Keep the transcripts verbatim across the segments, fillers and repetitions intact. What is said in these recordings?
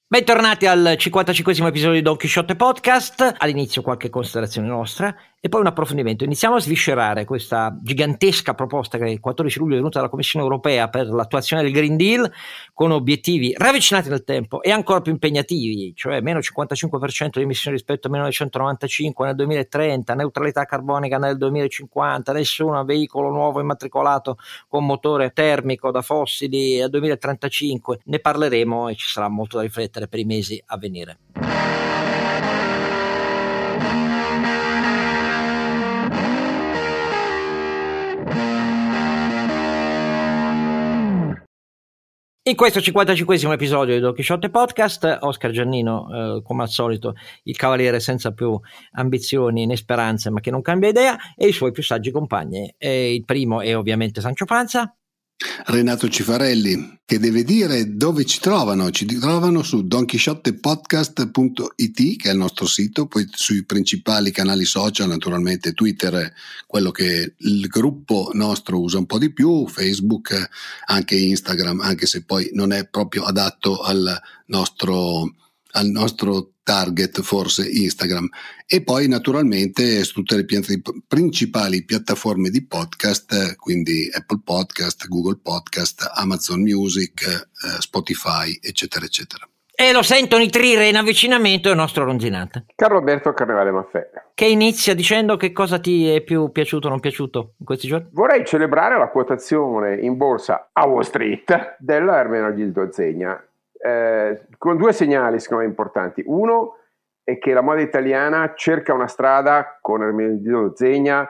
Bentornati al cinquantacinquesimo episodio di Don Chisciotte Podcast. All'inizio qualche considerazione nostra e poi un approfondimento. Iniziamo a sviscerare questa gigantesca proposta che il quattordici luglio è venuta dalla Commissione Europea per l'attuazione del Green Deal, con obiettivi ravvicinati nel tempo e ancora più impegnativi, cioè meno cinquantacinque per cento di emissioni rispetto al millenovecentonovantacinque nel duemilatrenta, neutralità carbonica nel duemilacinquanta, nessun veicolo nuovo immatricolato con motore termico da fossili al duemilatrentacinque. Ne parleremo e ci sarà molto da riflettere per i mesi a venire. In questo cinquantacinquesimo episodio di Don Chisciotte Podcast, Oscar Giannino, eh, come al solito, il cavaliere senza più ambizioni né speranze, ma che non cambia idea, e i suoi più saggi compagni. E il primo è ovviamente Sancio Panza. Renato Cifarelli, che deve dire dove ci trovano. Ci trovano su don chisciotte podcast punto it, che è il nostro sito, poi sui principali canali social, naturalmente Twitter è quello che il gruppo nostro usa un po' di più, Facebook, anche Instagram, anche se poi non è proprio adatto al nostro al nostro target, forse Instagram, e poi naturalmente su tutte le piante, principali piattaforme di podcast, quindi Apple Podcast, Google Podcast, Amazon Music, eh, Spotify, eccetera eccetera. E lo sento nitrire in avvicinamento il nostro Ronzinante Carlo Alberto Carnevale Maffè, che inizia dicendo che cosa ti è più piaciuto o non piaciuto in questi giorni. Vorrei celebrare la quotazione in borsa a Wall Street della Ermenegildo Zegna, Eh, con due segnali secondo me importanti. Uno è che la moda italiana cerca una strada con Ermenegildo Zegna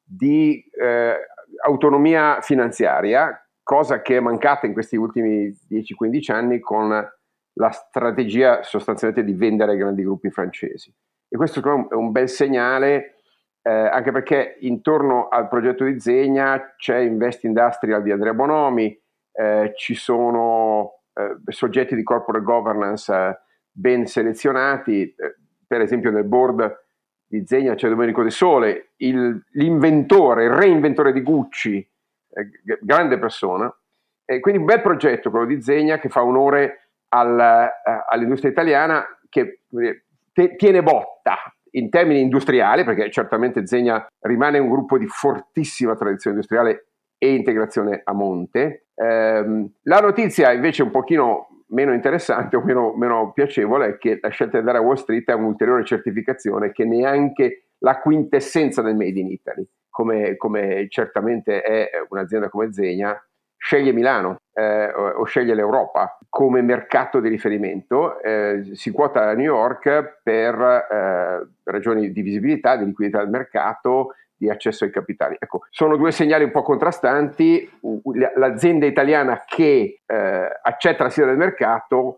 di eh, autonomia finanziaria, cosa che è mancata in questi ultimi dieci quindici anni con la strategia sostanzialmente di vendere ai grandi gruppi francesi, e questo è un bel segnale, eh, anche perché intorno al progetto di Zegna c'è Invest Industrial di Andrea Bonomi, eh, ci sono Eh, soggetti di corporate governance eh, ben selezionati, eh, per esempio nel board di Zegna c'è Domenico De Sole, il, l'inventore, il reinventore di Gucci, eh, g- grande persona, e quindi un bel progetto quello di Zegna che fa onore al, eh, all'industria italiana, che te, tiene botta in termini industriali, perché certamente Zegna rimane un gruppo di fortissima tradizione industriale e integrazione a monte. Eh, la notizia invece un pochino meno interessante o meno, meno piacevole è che la scelta di andare a Wall Street è un'ulteriore certificazione che neanche la quintessenza del Made in Italy, come, come certamente è un'azienda come Zegna, sceglie Milano eh, o, o sceglie l'Europa come mercato di riferimento. Eh, si quota a New York per eh, ragioni di visibilità, di liquidità del mercato, di accesso ai capitali. Ecco, sono due segnali un po' contrastanti. L'azienda italiana che eh, accetta la sfida del mercato,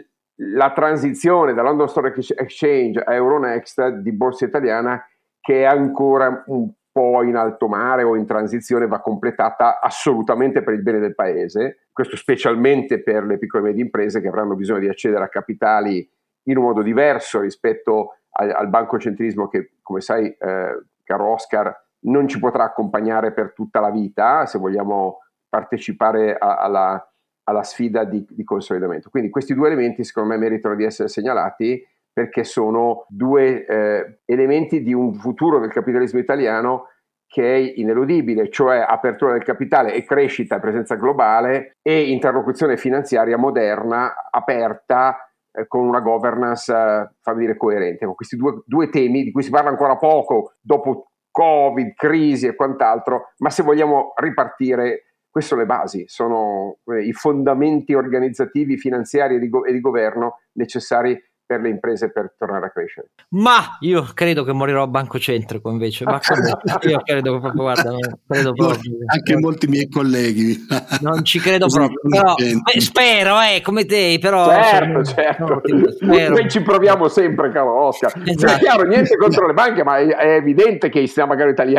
la transizione da London Stock Exchange a Euronext di borsa italiana, che è ancora un po' in alto mare o in transizione, va completata assolutamente per il bene del paese, questo specialmente per le piccole e medie imprese che avranno bisogno di accedere a capitali in un modo diverso rispetto al, al bancocentrismo che, come sai, eh, caro Oscar, non ci potrà accompagnare per tutta la vita se vogliamo partecipare a, alla, alla sfida di, di consolidamento. Quindi questi due elementi secondo me meritano di essere segnalati, perché sono due eh, elementi di un futuro del capitalismo italiano che è ineludibile, cioè apertura del capitale e crescita, presenza globale e interlocuzione finanziaria moderna, aperta, eh, con una governance, eh, fammi dire, coerente. Con questi due, due temi di cui si parla ancora poco dopo Covid, crisi e quant'altro, ma se vogliamo ripartire, queste sono le basi, sono eh, i fondamenti organizzativi, finanziari e di, go- e di governo necessari per le imprese per tornare a crescere. Ma io credo che morirò bancocentrico invece, ma io credo proprio, guarda, credo proprio. Anche molti miei colleghi non ci credo proprio, però beh, spero eh, come te, però certo, sono, certo. No, noi ci proviamo sempre, caro Oscar. Esatto. È chiaro, niente contro le banche, ma è, è evidente che il sistema bancario italiano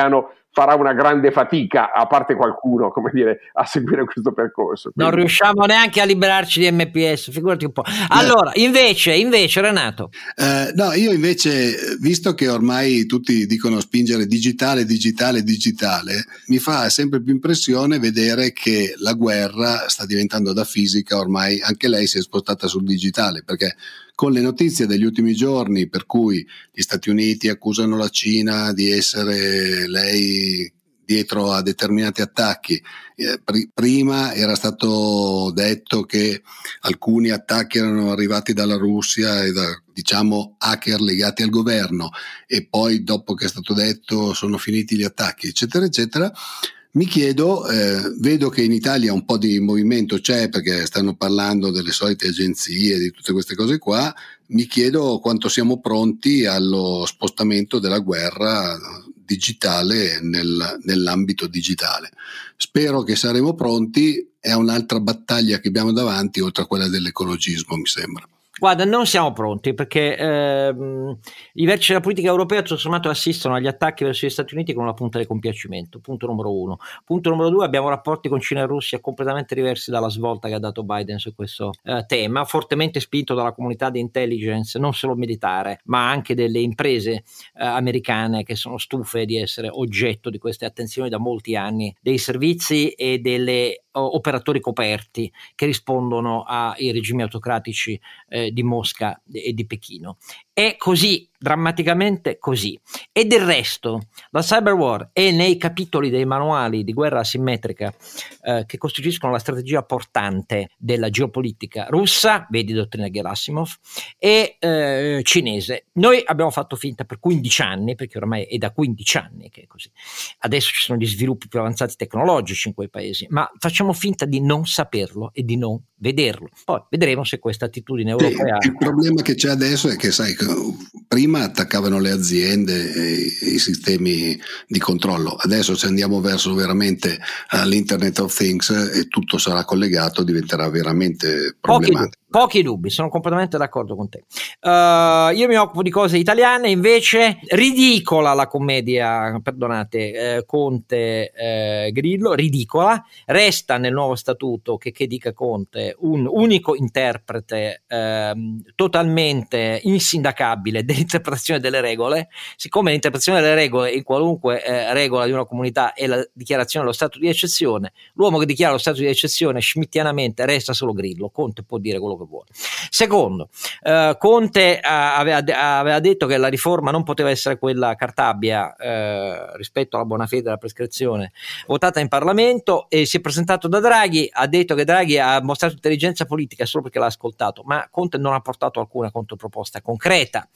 farà una grande fatica, a parte qualcuno, come dire, a seguire questo percorso. Quindi non riusciamo neanche a liberarci di M P S, figurati un po'. Allora, invece, invece Renato. Eh, no, io invece, visto che ormai tutti dicono spingere digitale, digitale, digitale, mi fa sempre più impressione vedere che la guerra sta diventando da fisica, ormai anche lei si è spostata sul digitale, perché con le notizie degli ultimi giorni per cui gli Stati Uniti accusano la Cina di essere lei dietro a determinati attacchi, eh, pr- prima era stato detto che alcuni attacchi erano arrivati dalla Russia e da, diciamo, hacker legati al governo, e poi dopo che è stato detto sono finiti gli attacchi, eccetera eccetera. Mi chiedo, eh, vedo che in Italia un po' di movimento c'è, perché stanno parlando delle solite agenzie, di tutte queste cose qua. Mi chiedo quanto siamo pronti allo spostamento della guerra digitale nel, nell'ambito digitale. Spero che saremo pronti, è un'altra battaglia che abbiamo davanti, oltre a quella dell'ecologismo, mi sembra. Guarda, non siamo pronti, perché ehm, i vertici della politica europea tutto sommato assistono agli attacchi verso gli Stati Uniti con una punta di compiacimento, punto numero uno. Punto numero due, abbiamo rapporti con Cina e Russia completamente diversi dalla svolta che ha dato Biden su questo eh, tema, fortemente spinto dalla comunità di intelligence, non solo militare, ma anche delle imprese eh, americane che sono stufe di essere oggetto di queste attenzioni da molti anni, dei servizi e delle operatori coperti che rispondono ai regimi autocratici eh, di Mosca e di Pechino. È così, drammaticamente così. E del resto, la cyber war è nei capitoli dei manuali di guerra asimmetrica eh, che costituiscono la strategia portante della geopolitica russa, vedi dottrina Gerasimov, e eh, cinese. Noi abbiamo fatto finta per quindici anni, perché ormai è da quindici anni che è così. Adesso ci sono gli sviluppi più avanzati tecnologici in quei paesi, ma facciamo finta di non saperlo e di non vederlo. Poi vedremo se questa attitudine europea... Il problema che c'è adesso è che, sai, prima attaccavano le aziende e i sistemi di controllo, adesso se andiamo verso veramente all'Internet of Things e tutto sarà collegato, diventerà veramente problematico. Pochi dubbi, sono completamente d'accordo con te. Uh, io mi occupo di cose italiane, invece ridicola la commedia, perdonate, eh, Conte eh, Grillo, ridicola. Resta nel nuovo statuto che, che dica Conte un unico interprete eh, totalmente insindacabile dell'interpretazione delle regole. Siccome l'interpretazione delle regole in qualunque eh, regola di una comunità è la dichiarazione dello stato di eccezione, l'uomo che dichiara lo stato di eccezione schmittianamente resta solo Grillo. Conte può dire quello che vuole. Secondo, eh, Conte aveva, aveva detto che la riforma non poteva essere quella Cartabia eh, rispetto alla buona fede della prescrizione votata in Parlamento, e si è presentato da Draghi, ha detto che Draghi ha mostrato intelligenza politica solo perché l'ha ascoltato, ma Conte non ha portato alcuna controproposta concreta.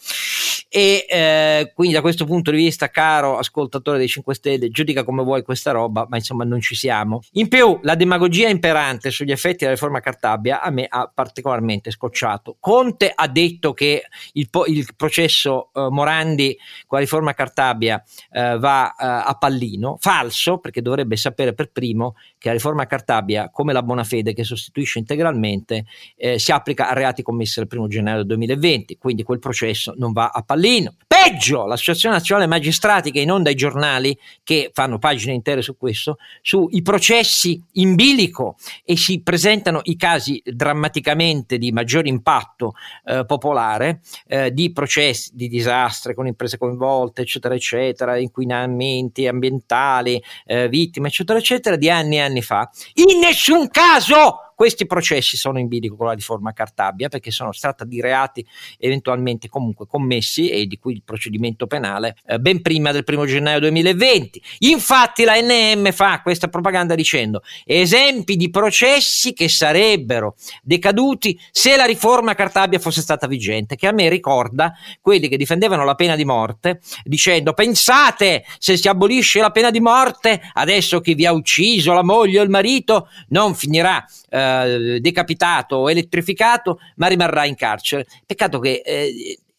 E eh, quindi da questo punto di vista, caro ascoltatore dei cinque Stelle, giudica come vuoi questa roba, ma insomma non ci siamo. In più, la demagogia imperante sugli effetti della riforma Cartabia a me ha particolarmente scocciato. Conte ha detto che il, po- il processo eh, Morandi con la riforma Cartabia eh, va eh, a pallino. Falso, perché dovrebbe sapere per primo che la riforma Cartabia, come la buona fede che sostituisce integralmente, eh, si applica a reati commessi il primo gennaio duemilaventi, quindi quel processo non va a pallino. Peggio, l'Associazione Nazionale Magistrati, che inonda i giornali, che fanno pagine intere su questo, sui processi in bilico, e si presentano i casi drammaticamente di maggior impatto eh, popolare, eh, di processi di disastri con imprese coinvolte, eccetera eccetera, inquinamenti ambientali, eh, vittime eccetera eccetera, di anni e anni fa. In nessun caso questi processi sono in bilico con la riforma Cartabia, perché sono tratta di reati eventualmente comunque commessi e di cui il procedimento penale eh, ben prima del primo gennaio duemilaventi. Infatti la N M fa questa propaganda dicendo esempi di processi che sarebbero decaduti se la riforma Cartabia fosse stata vigente, che a me ricorda quelli che difendevano la pena di morte dicendo: pensate, se si abolisce la pena di morte, adesso chi vi ha ucciso, la moglie o il marito, non finirà eh, decapitato o elettrificato, ma rimarrà in carcere. Peccato che eh,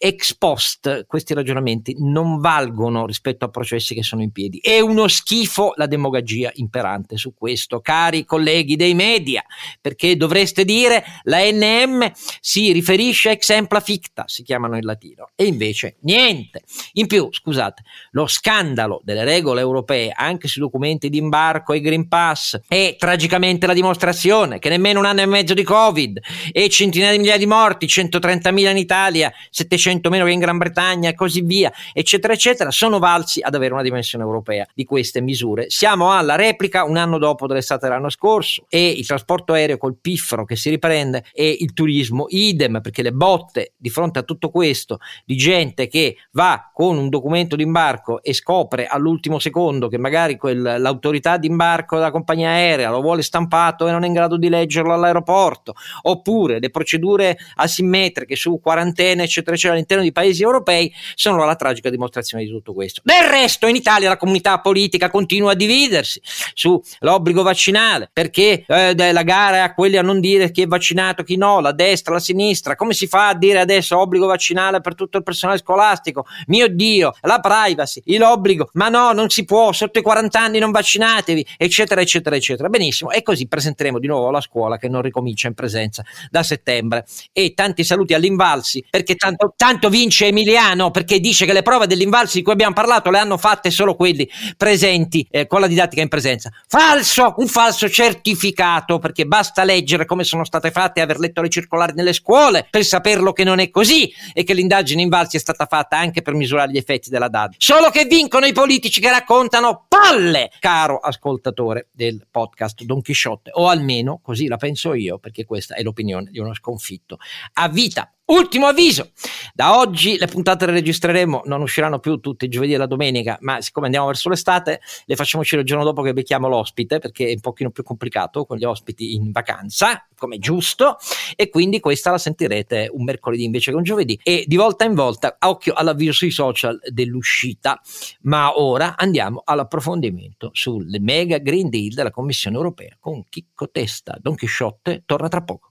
ex post questi ragionamenti non valgono rispetto a processi che sono in piedi. È uno schifo la demagogia imperante su questo, cari colleghi dei media, perché dovreste dire la N M si riferisce a exempla ficta, si chiamano in latino, e invece niente. In più, scusate, lo scandalo delle regole europee anche sui documenti di imbarco e Green Pass è tragicamente la dimostrazione che nemmeno un anno e mezzo di Covid e centinaia di migliaia di morti, centotrentamila in Italia, settecento meno che in Gran Bretagna e così via, eccetera eccetera, sono valsi ad avere una dimensione europea di queste misure. Siamo alla replica un anno dopo dell'estate dell'anno scorso, e il trasporto aereo col piffero che si riprende e il turismo idem, perché le botte di fronte a tutto questo di gente che va con un documento di imbarco e scopre all'ultimo secondo che magari quel, l'autorità di imbarco della compagnia aerea lo vuole stampato e non è in grado di leggerlo all'aeroporto, oppure le procedure asimmetriche su quarantene eccetera eccetera all'interno di paesi europei sono la tragica dimostrazione di tutto questo. Del resto in Italia la comunità politica continua a dividersi sull'obbligo vaccinale, perché eh, la gara è a quelli a non dire chi è vaccinato chi no, la destra, la sinistra. Come si fa a dire adesso obbligo vaccinale per tutto il personale scolastico? Mio Dio, la privacy, l'obbligo, ma no, non si può, sotto i quaranta anni non vaccinatevi, eccetera eccetera eccetera. Benissimo, e così presenteremo di nuovo la scuola che non ricomincia in presenza da settembre. E tanti saluti all'Invalsi, perché tanto, tanto vince Emiliano, perché dice che le prove dell'Invalsi di cui abbiamo parlato le hanno fatte solo quelli presenti eh, con la didattica in presenza. Falso, un falso certificato, perché basta leggere come sono state fatte e aver letto le circolari nelle scuole per saperlo che non è così, e che l'indagine Invalsi è stata fatta anche per misurare gli effetti della D A D. Solo che vincono i politici che raccontano palle, caro ascoltatore del podcast Don Chisciotte, o almeno così la penso io, perché questa è l'opinione di uno sconfitto a vita. Ultimo avviso: da oggi le puntate le registreremo, non usciranno più tutti i giovedì e la domenica, ma siccome andiamo verso l'estate le facciamo uscire il giorno dopo che becchiamo l'ospite, perché è un pochino più complicato con gli ospiti in vacanza, come giusto, e quindi questa la sentirete un mercoledì invece che un giovedì, e di volta in volta occhio all'avviso sui social dell'uscita. Ma ora andiamo all'approfondimento sul mega Green Deal della Commissione Europea con Chicco Testa. Don Chisciotte torna tra poco.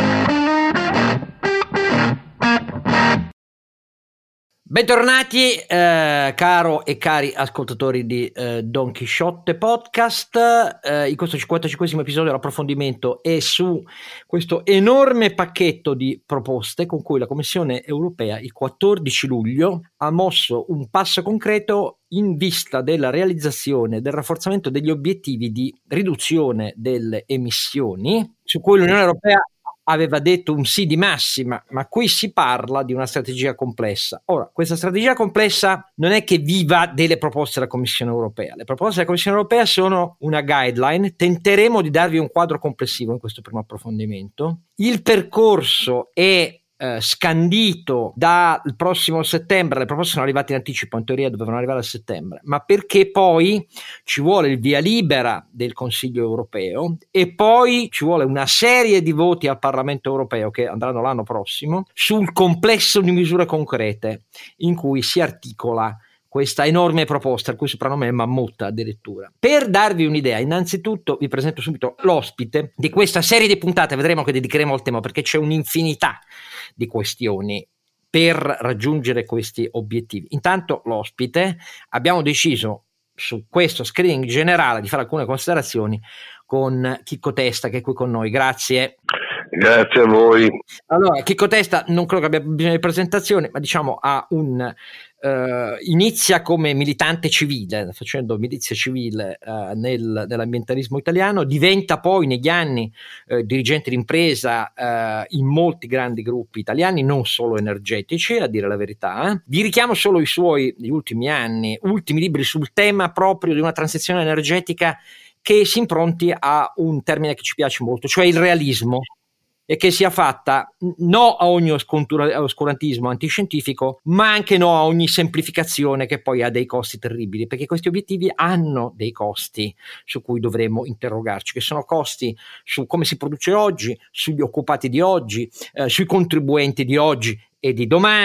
Bentornati eh, caro e cari ascoltatori di eh, Don Chisciotte Podcast. Eh, in questo cinquantacinquesimo episodio l'approfondimento è su questo enorme pacchetto di proposte con cui la Commissione Europea il quattordici luglio ha mosso un passo concreto in vista della realizzazione del rafforzamento degli obiettivi di riduzione delle emissioni, su cui l'Unione Europea aveva detto un sì di massima, ma qui si parla di una strategia complessa. Ora, questa strategia complessa non è che viva delle proposte della Commissione Europea. Le proposte della Commissione Europea sono una guideline, tenteremo di darvi un quadro complessivo in questo primo approfondimento. Il percorso è Eh, scandito dal prossimo settembre, le proposte sono arrivate in anticipo, in teoria dovevano arrivare a settembre, ma perché poi ci vuole il via libera del Consiglio Europeo e poi ci vuole una serie di voti al Parlamento Europeo che andranno l'anno prossimo sul complesso di misure concrete in cui si articola questa enorme proposta, il cui soprannome è Mammut addirittura. Per darvi un'idea, innanzitutto vi presento subito l'ospite di questa serie di puntate, vedremo che dedicheremo al tema perché c'è un'infinità di questioni per raggiungere questi obiettivi. Intanto l'ospite, abbiamo deciso su questo screening generale di fare alcune considerazioni con Chicco Testa che è qui con noi. Grazie. Grazie a voi. Allora, Chicco Testa non credo che abbia bisogno di presentazione, ma diciamo ha un Uh, inizia come militante civile, facendo milizia civile uh, nel, nell'ambientalismo italiano, diventa poi negli anni uh, dirigente d'impresa uh, in molti grandi gruppi italiani, non solo energetici, a dire la verità. Eh. Vi richiamo solo i suoi, negli ultimi anni, ultimi libri sul tema proprio di una transizione energetica che si impronti a un termine che ci piace molto, cioè il realismo, e che sia fatta no a ogni oscurantismo antiscientifico, ma anche no a ogni semplificazione che poi ha dei costi terribili, perché questi obiettivi hanno dei costi su cui dovremo interrogarci, che sono costi su come si produce oggi, sugli occupati di oggi, eh, sui contribuenti di oggi e di domani,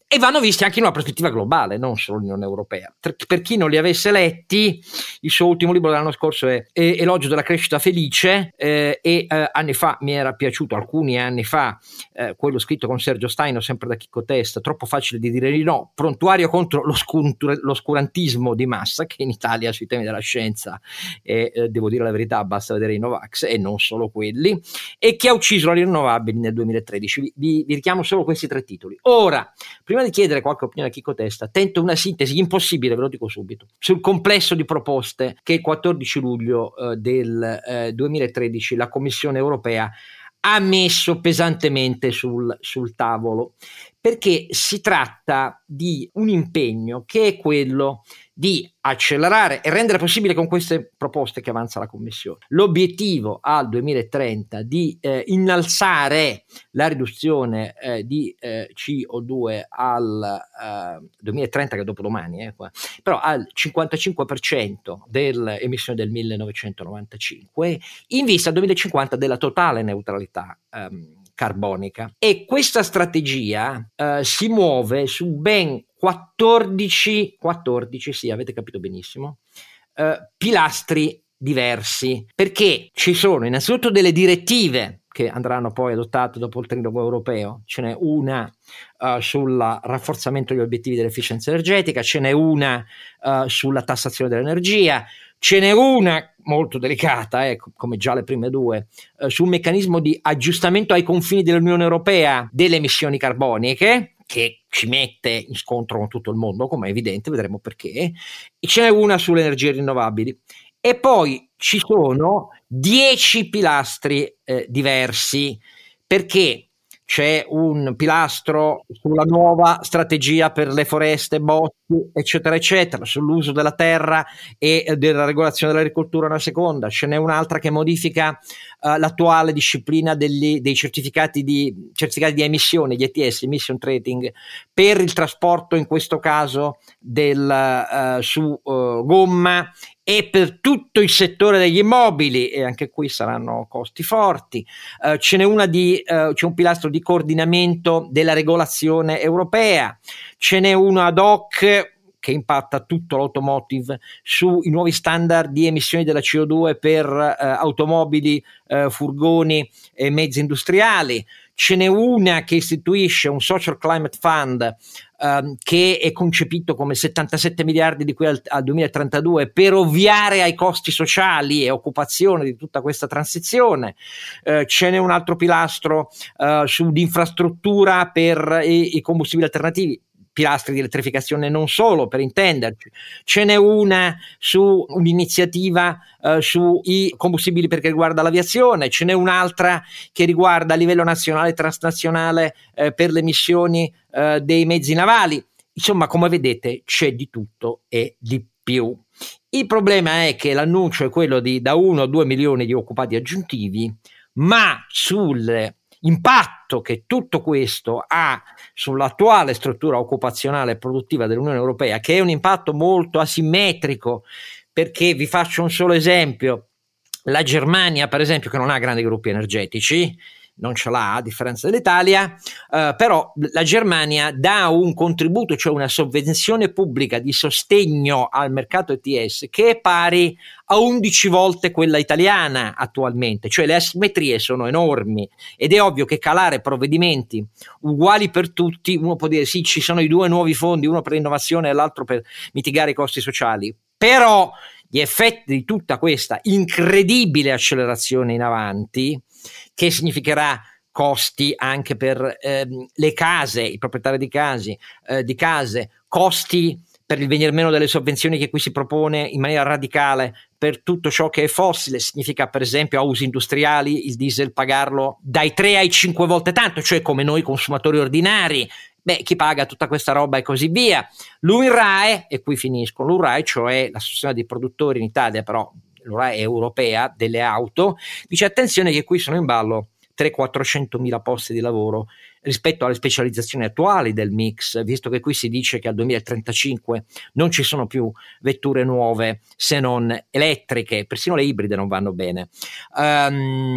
e vanno visti anche in una prospettiva globale, non solo l'Unione Europea. Per chi non li avesse letti, il suo ultimo libro dell'anno scorso è Elogio della crescita felice, eh, e eh, anni fa mi era piaciuto, alcuni anni fa, eh, quello scritto con Sergio Staino, sempre da Chicco Testa, Troppo facile di dire di no, prontuario contro l'oscurantismo di massa, che in Italia sui temi della scienza, e eh, devo dire la verità, basta vedere i Novax e non solo quelli, e che ha ucciso le rinnovabili nel duemilatredici. Vi, vi, vi richiamo solo questi tre titoli. Ora, prima di chiedere qualche opinione a Chicco Testa, tento una sintesi impossibile, ve lo dico subito, sul complesso di proposte che il quattordici luglio eh, del eh, duemilatredici la Commissione Europea ha messo pesantemente sul, sul tavolo, perché si tratta di un impegno che è quello di accelerare e rendere possibile con queste proposte che avanza la Commissione l'obiettivo al duemilatrenta di eh, innalzare la riduzione eh, di eh, C O due al eh, duemilatrenta, che è dopodomani, eh, qua, però al cinquantacinque per cento delle emissioni del millenovecentonovantacinque, in vista al duemilacinquanta della totale neutralità ehm, carbonica. E questa strategia eh, si muove su ben quattordici, quattordici, sì, avete capito benissimo, eh, pilastri diversi, perché ci sono innanzitutto delle direttive che andranno poi adottate dopo il trilogo europeo. Ce n'è una uh, sul rafforzamento degli obiettivi dell'efficienza energetica, ce n'è una uh, sulla tassazione dell'energia, ce n'è una molto delicata, eh, come già le prime due, uh, sul meccanismo di aggiustamento ai confini dell'Unione Europea delle emissioni carboniche, che ci mette in scontro con tutto il mondo, come è evidente, vedremo perché, e ce n'è una sulle energie rinnovabili. E poi ci sono dieci pilastri eh, diversi, perché c'è un pilastro sulla nuova strategia per le foreste, boschi, eccetera, eccetera, sull'uso della terra e della regolazione dell'agricoltura, una seconda. Ce n'è un'altra che modifica uh, l'attuale disciplina degli, dei certificati di, certificati di emissione, gli E T S, Emission Trading, per il trasporto, in questo caso, del, uh, su uh, gomma, e per tutto il settore degli immobili, e anche qui saranno costi forti. Uh, ce n'è una di, uh, c'è un pilastro di coordinamento della regolazione europea, ce n'è uno ad hoc che impatta tutto l'automotive sui nuovi standard di emissioni della C O due per uh, automobili, uh, furgoni e mezzi industriali. Ce n'è una che istituisce un Social Climate Fund um, che è concepito come settantasette miliardi di qui al, al duemilatrentadue per ovviare ai costi sociali e occupazione di tutta questa transizione. Uh, ce n'è un altro pilastro uh, su di infrastruttura per i, i combustibili alternativi, pilastri di elettrificazione non solo, per intenderci. Ce n'è una su un'iniziativa uh, sui combustibili perché riguarda l'aviazione, ce n'è un'altra che riguarda a livello nazionale e transnazionale uh, per le emissioni uh, dei mezzi navali. Insomma, come vedete, c'è di tutto e di più. Il problema è che l'annuncio è quello di da uno a due milioni di occupati aggiuntivi, ma sulle impatto che tutto questo ha sull'attuale struttura occupazionale e produttiva dell'Unione Europea, che è un impatto molto asimmetrico, perché vi faccio un solo esempio: la Germania, per esempio, che non ha grandi gruppi energetici, non ce l'ha a differenza dell'Italia, eh, però la Germania dà un contributo, cioè una sovvenzione pubblica di sostegno al mercato E T S che è pari a undici volte quella italiana attualmente, cioè le asimmetrie sono enormi, ed è ovvio che calare provvedimenti uguali per tutti, uno può dire sì, ci sono i due nuovi fondi, uno per l'innovazione e l'altro per mitigare i costi sociali, però gli effetti di tutta questa incredibile accelerazione in avanti, che significherà costi anche per ehm, le case, i proprietari di case, eh, di case, costi per il venir meno delle sovvenzioni che qui si propone in maniera radicale per tutto ciò che è fossile, significa per esempio a usi industriali il diesel pagarlo dai tre ai cinque volte tanto, cioè come noi consumatori ordinari. Beh, chi paga tutta questa roba e così via. L'U N R A E, e qui finisco, l'U N R A E, cioè l'associazione dei produttori in Italia, però l'U N R A E è europea, delle auto, dice attenzione che qui sono in ballo trecento-quattrocentomila posti di lavoro rispetto alle specializzazioni attuali del mix, visto che qui si dice che al duemilatrentacinque non ci sono più vetture nuove se non elettriche, persino le ibride non vanno bene. Um,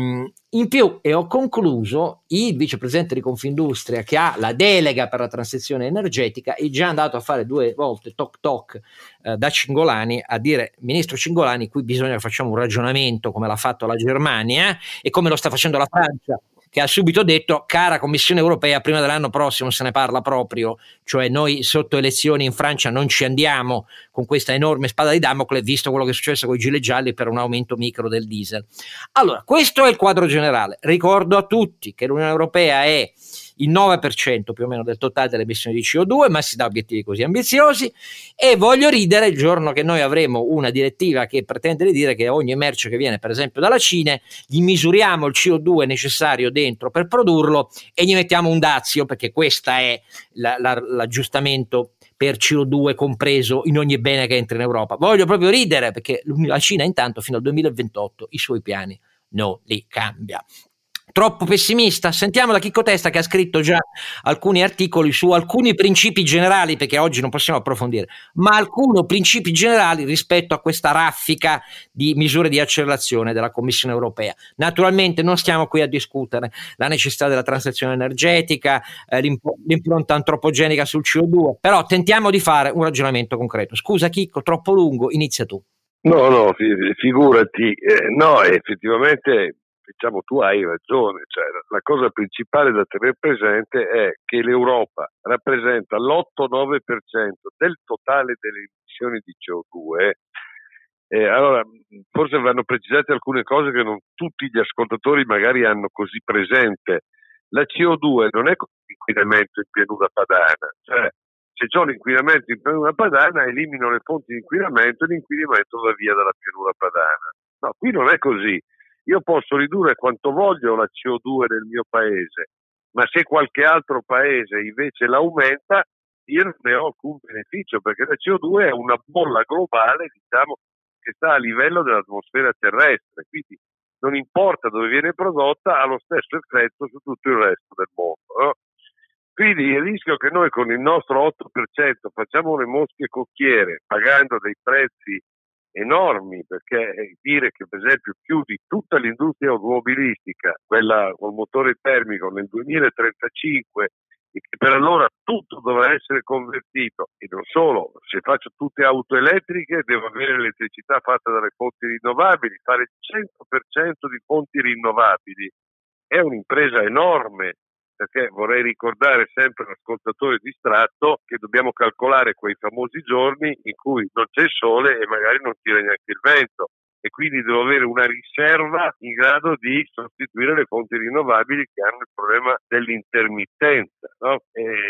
In più, e ho concluso, il vicepresidente di Confindustria, che ha la delega per la transizione energetica, è già andato a fare due volte toc toc eh, da Cingolani a dire: ministro Cingolani, qui bisogna che facciamo un ragionamento come l'ha fatto la Germania eh, e come lo sta facendo la Francia, che ha subito detto: cara Commissione Europea, prima dell'anno prossimo se ne parla proprio, cioè noi sotto elezioni in Francia non ci andiamo con questa enorme spada di Damocle, visto quello che è successo con i gilet gialli per un aumento micro del diesel. Allora, questo è il quadro generale. Ricordo a tutti che l'Unione Europea è il nove per cento più o meno del totale delle emissioni di C O due, ma si dà obiettivi così ambiziosi, e voglio ridere il giorno che noi avremo una direttiva che pretende di dire che ogni merce che viene per esempio dalla Cina gli misuriamo il C O due necessario dentro per produrlo e gli mettiamo un dazio, perché questo è la, la, l'aggiustamento per C O due compreso in ogni bene che entra in Europa. Voglio proprio ridere, perché la Cina intanto fino al duemilaventotto i suoi piani non li cambia. Troppo pessimista? Sentiamo da Chicco Testa, che ha scritto già alcuni articoli su alcuni principi generali, perché oggi non possiamo approfondire, ma alcuni principi generali rispetto a questa raffica di misure di accelerazione della Commissione Europea. Naturalmente non stiamo qui a discutere la necessità della transizione energetica, eh, l'imp- l'impronta antropogenica sul C O due, però tentiamo di fare un ragionamento concreto. Scusa Chicco, troppo lungo, inizia tu. No, no, figurati, eh, no, effettivamente, diciamo, tu hai ragione, cioè la cosa principale da tenere presente è che l'Europa rappresenta l'otto nove per cento del totale delle emissioni di C O due. Eh, allora, forse vanno precisate alcune cose che non tutti gli ascoltatori magari hanno così presente. La C O due non è come l'inquinamento in pianura padana, cioè se c'è l'inquinamento in pianura padana elimino le fonti di inquinamento e l'inquinamento va via dalla pianura padana. No, qui non è così. Io posso ridurre quanto voglio la C O due nel mio paese, ma se qualche altro paese invece l'aumenta, io non ne ho alcun beneficio, perché la C O due è una bolla globale, diciamo, che sta a livello dell'atmosfera terrestre, quindi non importa dove viene prodotta, ha lo stesso effetto su tutto il resto del mondo, no? Quindi il rischio che noi con il nostro otto per cento facciamo le mosche cocchiere pagando dei prezzi enormi, perché dire che per esempio chiudi tutta l'industria automobilistica, quella col motore termico, nel duemilatrentacinque, e che per allora tutto dovrà essere convertito, e non solo, se faccio tutte auto elettriche devo avere l'elettricità fatta dalle fonti rinnovabili, fare il cento per cento di fonti rinnovabili è un'impresa enorme, perché vorrei ricordare sempre all'ascoltatore distratto che dobbiamo calcolare quei famosi giorni in cui non c'è il sole e magari non tira neanche il vento, e quindi devo avere una riserva in grado di sostituire le fonti rinnovabili che hanno il problema dell'intermittenza, no?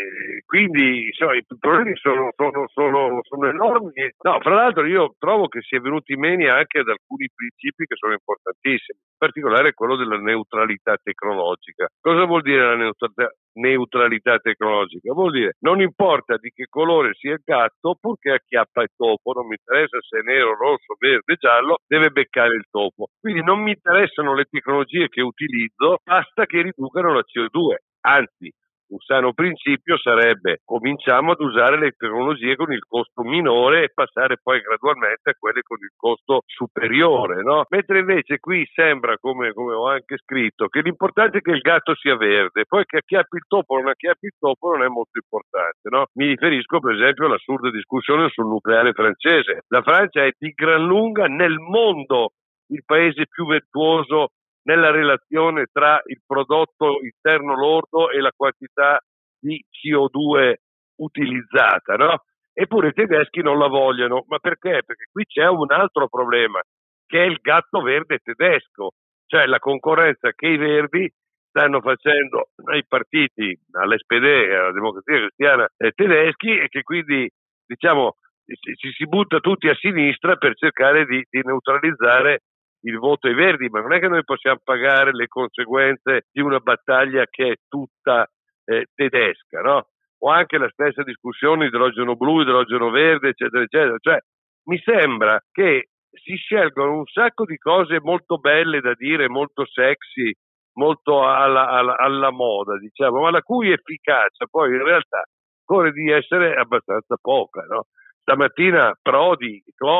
E quindi insomma, i problemi sono, sono, sono, sono enormi. No, fra l'altro io trovo che sia venuti meno anche ad alcuni principi che sono importantissimi, in particolare quello della neutralità tecnologica. Cosa vuol dire la neutralità? Neutralità tecnologica vuol dire non importa di che colore sia il gatto, purché acchiappa il topo, non mi interessa se è nero, rosso, verde, giallo, deve beccare il topo. Quindi non mi interessano le tecnologie che utilizzo, basta che riducano la C O due. Anzi, un sano principio sarebbe: cominciamo ad usare le tecnologie con il costo minore e passare poi gradualmente a quelle con il costo superiore, no? Mentre invece qui sembra, come, come ho anche scritto, che l'importante è che il gatto sia verde, poi che acchiappi il topo o non acchiappi il topo non è molto importante, no? Mi riferisco per esempio all'assurda discussione sul nucleare francese. La Francia è di gran lunga nel mondo il paese più virtuoso nella relazione tra il prodotto interno lordo e la quantità di C O due utilizzata, no? Eppure i tedeschi non la vogliono. Ma perché? Perché qui c'è un altro problema, che è il gatto verde tedesco, cioè la concorrenza che i verdi stanno facendo ai partiti, all'S P D, alla Democrazia Cristiana eh, tedeschi, e che quindi, diciamo, ci si butta tutti a sinistra per cercare di, di neutralizzare il voto ai verdi, ma non è che noi possiamo pagare le conseguenze di una battaglia che è tutta eh, tedesca, no? O anche la stessa discussione idrogeno blu, idrogeno verde, eccetera, eccetera. Cioè, mi sembra che si scelgono un sacco di cose molto belle da dire, molto sexy, molto alla, alla, alla moda, diciamo, ma la cui efficacia poi in realtà corre di essere abbastanza poca, no? Stamattina Prodi, Clò,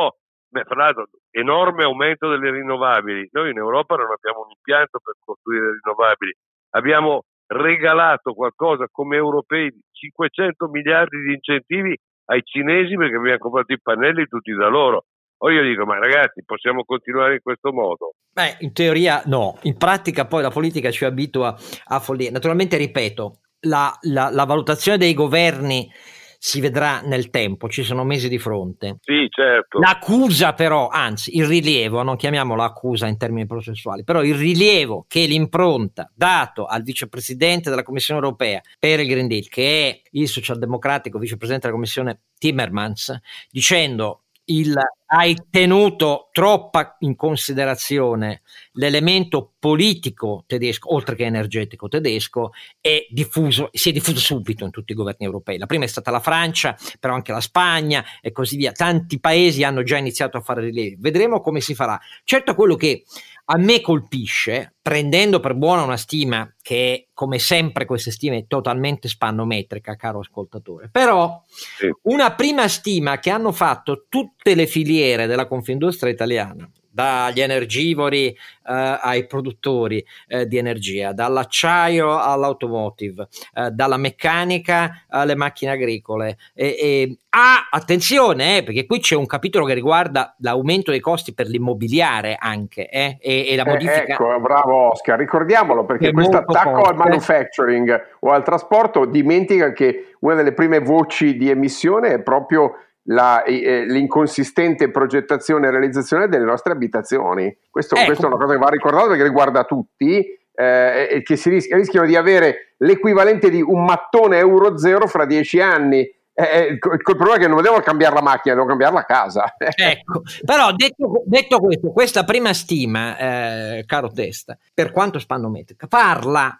Beh, fra l'altro, enorme aumento delle rinnovabili. Noi in Europa non abbiamo un impianto per costruire rinnovabili. Abbiamo regalato qualcosa come europei, cinquecento miliardi di incentivi ai cinesi perché abbiamo comprato i pannelli tutti da loro. O io dico, ma ragazzi, possiamo continuare in questo modo? Beh, in teoria no, in pratica poi la politica ci abitua a follia. Naturalmente, ripeto, la, la, la valutazione dei governi si vedrà nel tempo, ci sono mesi di fronte. Sì, certo. L'accusa però, anzi il rilievo, non chiamiamolo accusa in termini processuali, però il rilievo che l'impronta dato al vicepresidente della Commissione europea per il Green Deal, che è il socialdemocratico vicepresidente della Commissione Timmermans, dicendo il hai tenuto troppa in considerazione l'elemento politico tedesco, oltre che energetico tedesco, è diffuso, si è diffuso subito in tutti i governi europei. La prima è stata la Francia, però anche la Spagna e così via. Tanti paesi hanno già iniziato a fare rilievi. Vedremo come si farà. Certo, quello che a me colpisce, prendendo per buona una stima che, come sempre, queste stime è totalmente spannometrica, caro ascoltatore, però sì, una prima stima che hanno fatto tutte le filiere della Confindustria italiana, dagli energivori eh, ai produttori eh, di energia, dall'acciaio all'automotive, eh, dalla meccanica alle macchine agricole. E, e, ah, attenzione, eh, perché qui c'è un capitolo che riguarda l'aumento dei costi per l'immobiliare anche, eh, e, e la modifica. Eh, ecco, bravo Oscar, ricordiamolo, perché questo attacco forte al manufacturing o al trasporto dimentica che una delle prime voci di emissione è proprio La, eh, l'inconsistente progettazione e realizzazione delle nostre abitazioni. Questo, ecco. Questa è una cosa che va ricordata perché riguarda tutti eh, e che si rischia, rischiano di avere l'equivalente di un mattone euro zero fra dieci anni. Eh, il, il problema è che non devo cambiare la macchina, devo cambiare la casa. Ecco, però detto, detto questo, questa prima stima, eh, caro Testa, per quanto spannometrica, parla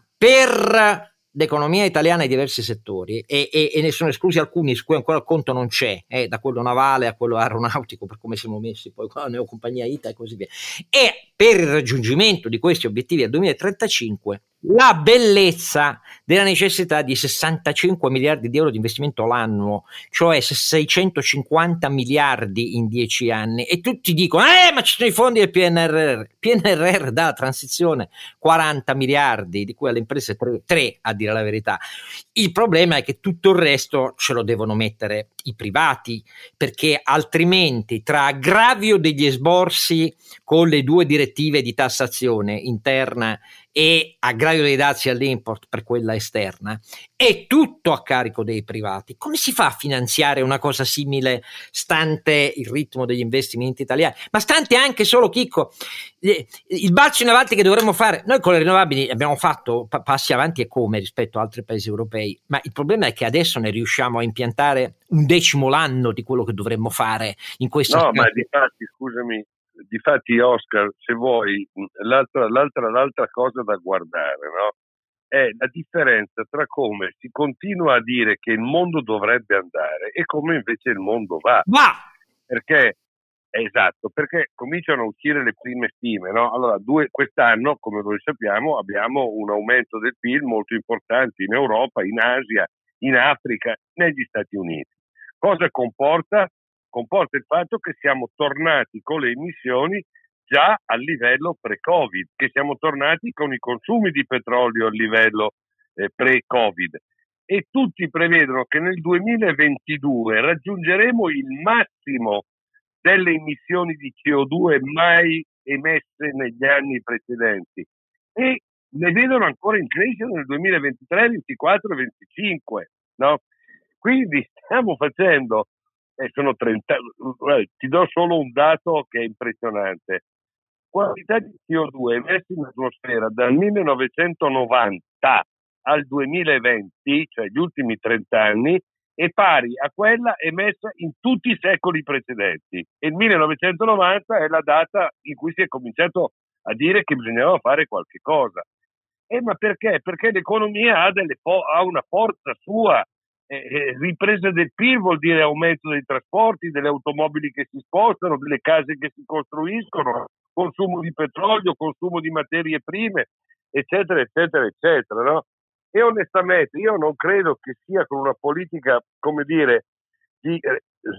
per l'economia italiana e diversi settori e, e, e ne sono esclusi alcuni su cui ancora il conto non c'è, eh, da quello navale a quello aeronautico, per come siamo messi poi con la neocompagnia I T A e così via. E per il raggiungimento di questi obiettivi al duemilatrentacinque la bellezza della necessità di sessantacinque miliardi di euro di investimento l'anno, cioè seicentocinquanta miliardi in dieci anni, e tutti dicono eh ma ci sono i fondi del P N R R. P N R R dà transizione quaranta miliardi, di cui alle imprese tre a dire la verità. Il problema è che tutto il resto ce lo devono mettere i privati, perché altrimenti tra aggravio degli esborsi con le due direttive di tassazione interna e aggravio dei dazi all'import per quella esterna, è tutto a carico dei privati. Come si fa a finanziare una cosa simile stante il ritmo degli investimenti italiani, ma stante anche solo, Chicco, il balzo in avanti che dovremmo fare? Noi con le rinnovabili abbiamo fatto passi avanti e come rispetto a altri paesi europei, ma il problema è che adesso ne riusciamo a impiantare un decimo l'anno di quello che dovremmo fare in questa no scala. Ma difatti, scusami, difatti Oscar, se vuoi, l'altra, l'altra, l'altra cosa da guardare, no? È la differenza tra come si continua a dire che il mondo dovrebbe andare e come invece il mondo va. Va! Perché, esatto, perché cominciano a uscire le prime stime, no? Allora, due, quest'anno, come noi sappiamo, abbiamo un aumento del P I L molto importante in Europa, in Asia, in Africa, negli Stati Uniti. Cosa comporta? Comporta il fatto che siamo tornati con le emissioni già a livello pre-Covid, che siamo tornati con i consumi di petrolio a livello eh, pre-Covid, e tutti prevedono che nel duemilaventidue raggiungeremo il massimo delle emissioni di C O due mai emesse negli anni precedenti e ne vedono ancora in crescita nel duemilaventitré, ventiquattro e venticinque, no? Quindi stiamo facendo e sono trenta, ti do solo un dato che è impressionante: quantità di C O due emesse in atmosfera dal millenovecentonovanta al duemilaventi, cioè gli ultimi trenta anni, è pari a quella emessa in tutti i secoli precedenti, e il millenovecentonovanta è la data in cui si è cominciato a dire che bisognava fare qualche cosa. Eh, ma perché? Perché l'economia ha, delle fo- ha una forza sua. Eh, ripresa del P I L vuol dire aumento dei trasporti, delle automobili che si spostano, delle case che si costruiscono, consumo di petrolio, consumo di materie prime, eccetera, eccetera, eccetera, no? E onestamente io non credo che sia con una politica, come dire, di, eh,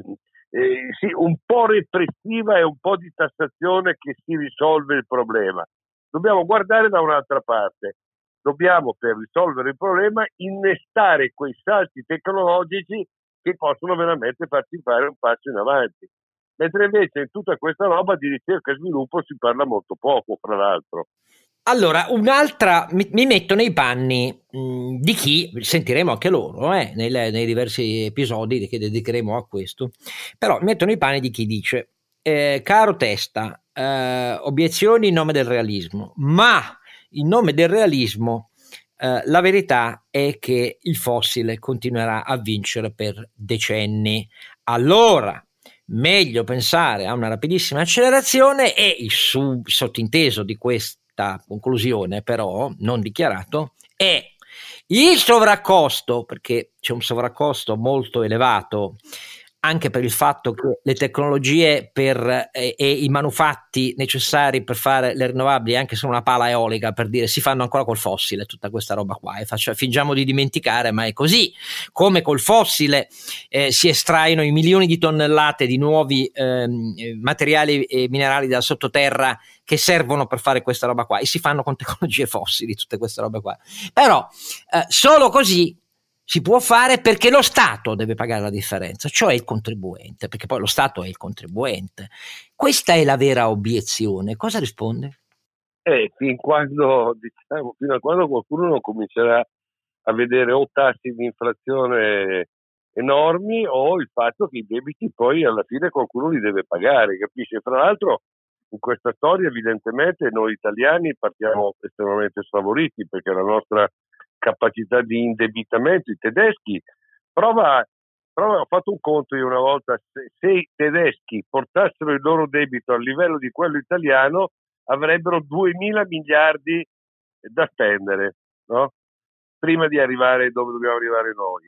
eh, sì, un po' repressiva e un po' di tassazione che si risolve il problema. Dobbiamo guardare da un'altra parte. Dobbiamo, per risolvere il problema, innestare quei salti tecnologici che possono veramente farci fare un passo in avanti. Mentre invece in tutta questa roba di ricerca e sviluppo si parla molto poco, fra l'altro. Allora, un'altra, mi, mi metto nei panni mh, di chi, sentiremo anche loro eh, nei, nei diversi episodi che dedicheremo a questo, però mi metto nei panni di chi dice, eh, caro Testa, eh, obiezioni in nome del realismo, ma in nome del realismo eh, la verità è che il fossile continuerà a vincere per decenni. Allora, meglio pensare a una rapidissima accelerazione e il sub- sottinteso di questa conclusione, però non dichiarato, è il sovraccosto, perché c'è un sovraccosto molto elevato anche per il fatto che le tecnologie per, eh, e i manufatti necessari per fare le rinnovabili, anche se una pala eolica, per dire, si fanno ancora col fossile, tutta questa roba qua, e faccio, fingiamo di dimenticare, ma è così. Come col fossile eh, si estraiono i milioni di tonnellate di nuovi eh, materiali e minerali dal sottoterra che servono per fare questa roba qua, e si fanno con tecnologie fossili tutte queste robe qua. Però eh, solo così si può fare, perché lo Stato deve pagare la differenza, cioè il contribuente, perché poi lo Stato è il contribuente. Questa è la vera obiezione. Cosa risponde? Eh, fin quando, diciamo, fino a quando qualcuno non comincerà a vedere o tassi di inflazione enormi o il fatto che i debiti poi alla fine qualcuno li deve pagare, capisci? Fra l'altro in questa storia evidentemente noi italiani partiamo estremamente sfavoriti, perché la nostra capacità di indebitamento, i tedeschi, prova, prova, ho fatto un conto io una volta, se, se i tedeschi portassero il loro debito al livello di quello italiano avrebbero duemila miliardi da spendere, no? Prima di arrivare dove dobbiamo arrivare noi.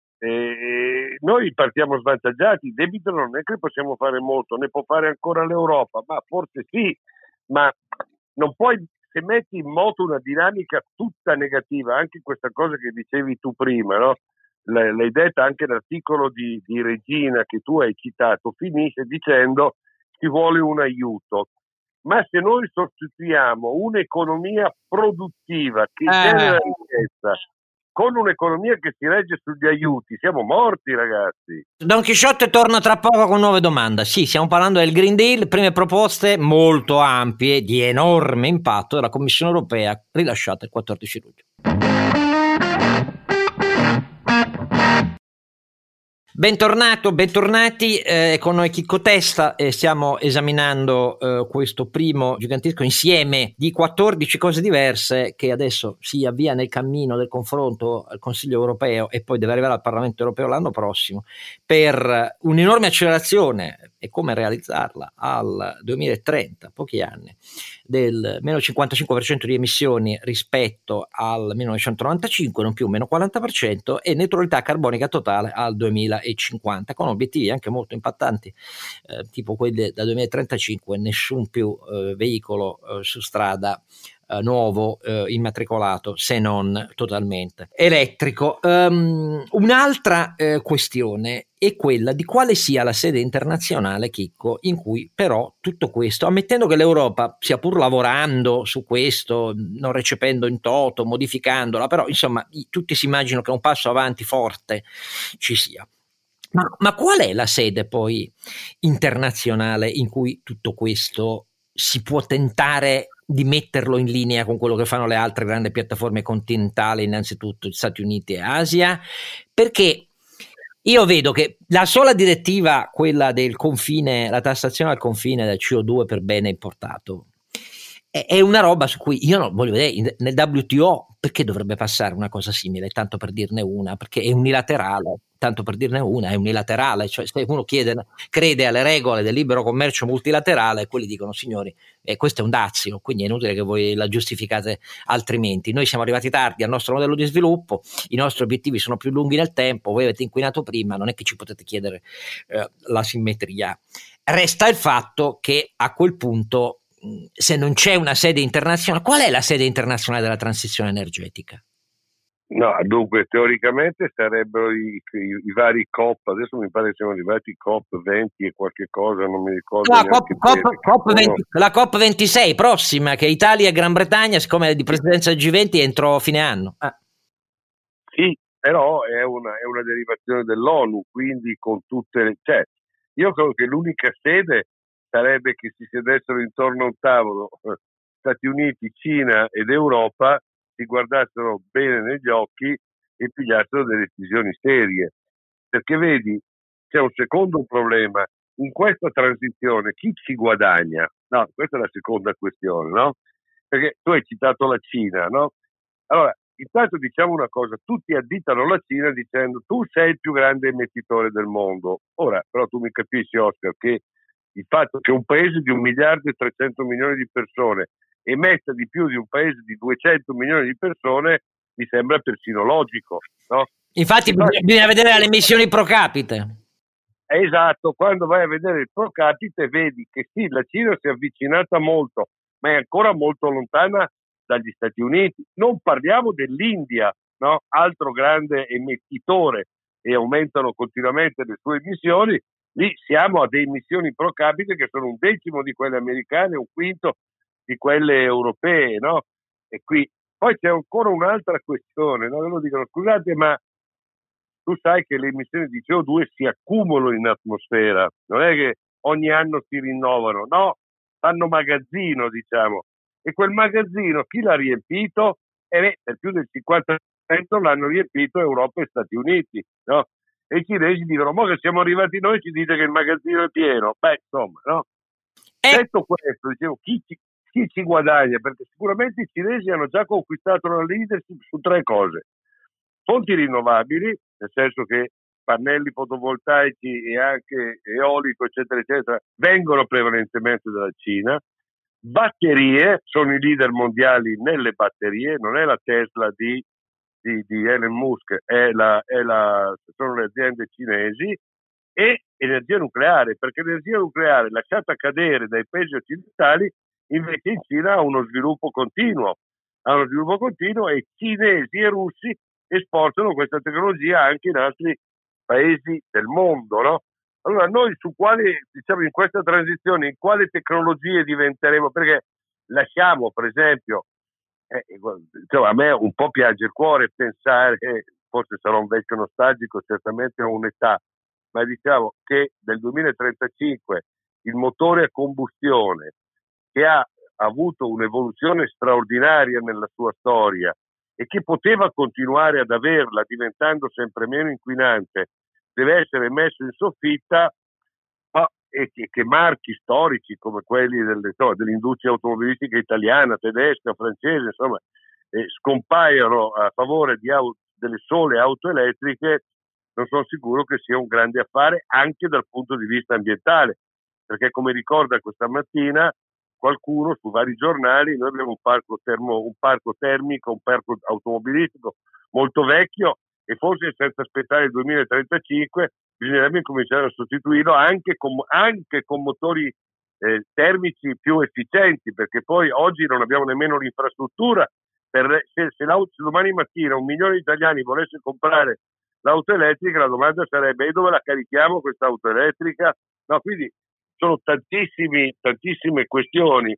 E noi partiamo svantaggiati, il debito non è che possiamo fare molto, ne può fare ancora l'Europa, ma forse sì, ma non puoi, se metti in moto una dinamica tutta negativa, anche questa cosa che dicevi tu prima, no? L'hai detta anche l'articolo di, di Regina che tu hai citato, finisce dicendo ci vuole un aiuto, ma se noi sostituiamo un'economia produttiva che eh. genera ricchezza con un'economia che si regge sugli aiuti, siamo morti, ragazzi. Don Chisciotte torna tra poco con nuove domande. Sì, stiamo parlando del Green Deal, prime proposte molto ampie, di enorme impatto della Commissione Europea, rilasciate il quattordici luglio. Bentornato, bentornati eh, con noi Chicco Testa, e stiamo esaminando eh, questo primo gigantesco insieme di quattordici cose diverse che adesso si avvia nel cammino del confronto al Consiglio Europeo e poi deve arrivare al Parlamento Europeo l'anno prossimo, per un'enorme accelerazione e come realizzarla al duemilatrenta, pochi anni, del meno cinquantacinque per cento di emissioni rispetto al millenovecentonovantacinque, non più meno quaranta per cento, e neutralità carbonica totale al duemilacinquanta, con obiettivi anche molto impattanti, eh, tipo quelli da duemilatrentacinque, nessun più eh, veicolo eh, su strada Uh, nuovo uh, immatricolato, se non totalmente elettrico. Um, un'altra uh, questione è quella di quale sia la sede internazionale, Chicco, in cui però tutto questo, ammettendo che l'Europa sia pur lavorando su questo, non recependo in toto, modificandola, però insomma tutti si immaginano che un passo avanti forte ci sia. Ma, ma qual è la sede poi internazionale in cui tutto questo si può tentare di metterlo in linea con quello che fanno le altre grandi piattaforme continentali, innanzitutto gli Stati Uniti e Asia? Perché io vedo che la sola direttiva, quella del confine, la tassazione al confine del C O due per bene importato, è, è una roba su cui io non voglio vedere nel W T O perché dovrebbe passare una cosa simile, tanto per dirne una, perché è unilaterale. Tanto per dirne una, è unilaterale, cioè se uno chiede, crede alle regole del libero commercio multilaterale, quelli dicono signori, eh, questo è un dazio, quindi è inutile che voi la giustificate altrimenti. Noi siamo arrivati tardi al nostro modello di sviluppo, i nostri obiettivi sono più lunghi nel tempo, voi avete inquinato prima, non è che ci potete chiedere eh, la simmetria. Resta il fatto che a quel punto, se non c'è una sede internazionale, qual è la sede internazionale della transizione energetica? No, dunque teoricamente sarebbero i, i, i vari COP, adesso mi pare siano arrivati COP venti e qualche cosa, non mi ricordo La neanche COP, COP, bene. COP venti, la COP ventisei prossima, che Italia e Gran Bretagna, siccome è di presidenza G venti, entro fine anno. Ah. Sì, però è una, è una derivazione dell'ONU, quindi con tutte le... Cioè, io credo che l'unica sede sarebbe che si sedessero intorno a un tavolo Stati Uniti, Cina ed Europa, si guardassero bene negli occhi e pigliassero delle decisioni serie. Perché vedi, c'è un secondo problema. In questa transizione chi ci guadagna? No, questa è la seconda questione, no? Perché tu hai citato la Cina, no? Allora, intanto diciamo una cosa, tutti additano la Cina dicendo tu sei il più grande emettitore del mondo. Ora, però tu mi capisci, Oscar, che il fatto che un paese di un miliardo e trecento milioni di persone emetta di più di un paese di duecento milioni di persone mi sembra persino logico, no? Infatti, Infatti bisogna vedere le emissioni pro capite. Esatto, quando vai a vedere il pro capite vedi che sì, la Cina si è avvicinata molto, ma è ancora molto lontana dagli Stati Uniti. Non parliamo dell'India, no? Altro grande emettitore, e aumentano continuamente le sue emissioni. Lì siamo a delle emissioni pro capite che sono un decimo di quelle americane, un quinto di quelle europee, no? E qui poi c'è ancora un'altra questione, no? Loro dicono scusate, ma tu sai che le emissioni di C O due si accumulano in atmosfera, non è che ogni anno si rinnovano, no, fanno magazzino, diciamo, e quel magazzino chi l'ha riempito? E beh, per più del cinquanta per cento l'hanno riempito Europa e Stati Uniti, no? E i cinesi dicono, ma che siamo arrivati noi, ci dite che il magazzino è pieno, beh, insomma, no? Eh. Detto questo, dicevo, chi ci, chi ci guadagna? Perché sicuramente i cinesi hanno già conquistato la leadership su tre cose. Fonti rinnovabili, nel senso che pannelli fotovoltaici e anche eolico, eccetera, eccetera, vengono prevalentemente dalla Cina. Batterie, sono i leader mondiali nelle batterie, non è la Tesla di, di, di Elon Musk, è la, è la, sono le aziende cinesi. E energia nucleare, perché l'energia nucleare lasciata cadere dai paesi occidentali invece in Cina ha uno sviluppo continuo, ha uno sviluppo continuo e cinesi e russi esportano questa tecnologia anche in altri paesi del mondo, no? Allora noi su quale, diciamo, in questa transizione, in quale tecnologie diventeremo? Perché lasciamo, per esempio, eh, insomma, a me un po' piace il cuore pensare, forse sarò un vecchio nostalgico, certamente ho un'età, ma diciamo che nel duemilatrentacinque il motore a combustione, che ha avuto un'evoluzione straordinaria nella sua storia e che poteva continuare ad averla diventando sempre meno inquinante, deve essere messo in soffitta, ma e che, che marchi storici come quelli delle, no, dell'industria automobilistica italiana, tedesca, francese, insomma, eh, scompaiono a favore di auto, delle sole auto elettriche, non sono sicuro che sia un grande affare anche dal punto di vista ambientale, perché come ricorda questa mattina qualcuno su vari giornali, noi abbiamo un parco, termo, un parco termico, un parco automobilistico molto vecchio e forse senza aspettare il duemilatrentacinque bisognerebbe cominciare a sostituirlo anche con, anche con motori eh, termici più efficienti, perché poi oggi non abbiamo nemmeno l'infrastruttura. Per, se, se, se domani mattina un milione di italiani volesse comprare l'auto elettrica, la domanda sarebbe: e dove la carichiamo questa auto elettrica? No, quindi sono tantissimi, tantissime questioni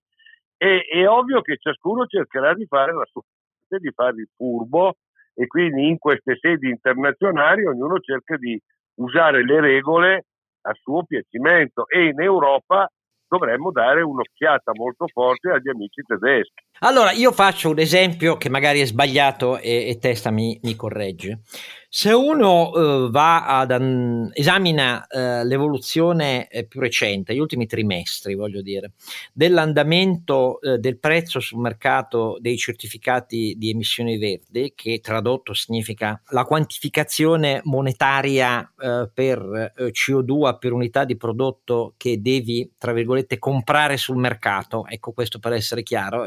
e è ovvio che ciascuno cercherà di fare la sua parte, di fare il furbo, e quindi in queste sedi internazionali ognuno cerca di usare le regole a suo piacimento e in Europa dovremmo dare un'occhiata molto forte agli amici tedeschi. Allora, io faccio un esempio che magari è sbagliato e, e Testa mi, mi corregge. Se uno uh, va ad um, esamina uh, l'evoluzione eh, più recente, gli ultimi trimestri, voglio dire, dell'andamento uh, del prezzo sul mercato dei certificati di emissioni verdi, che tradotto significa la quantificazione monetaria uh, per uh, C O due per unità di prodotto che devi, tra virgolette, comprare sul mercato, ecco, questo per essere chiaro,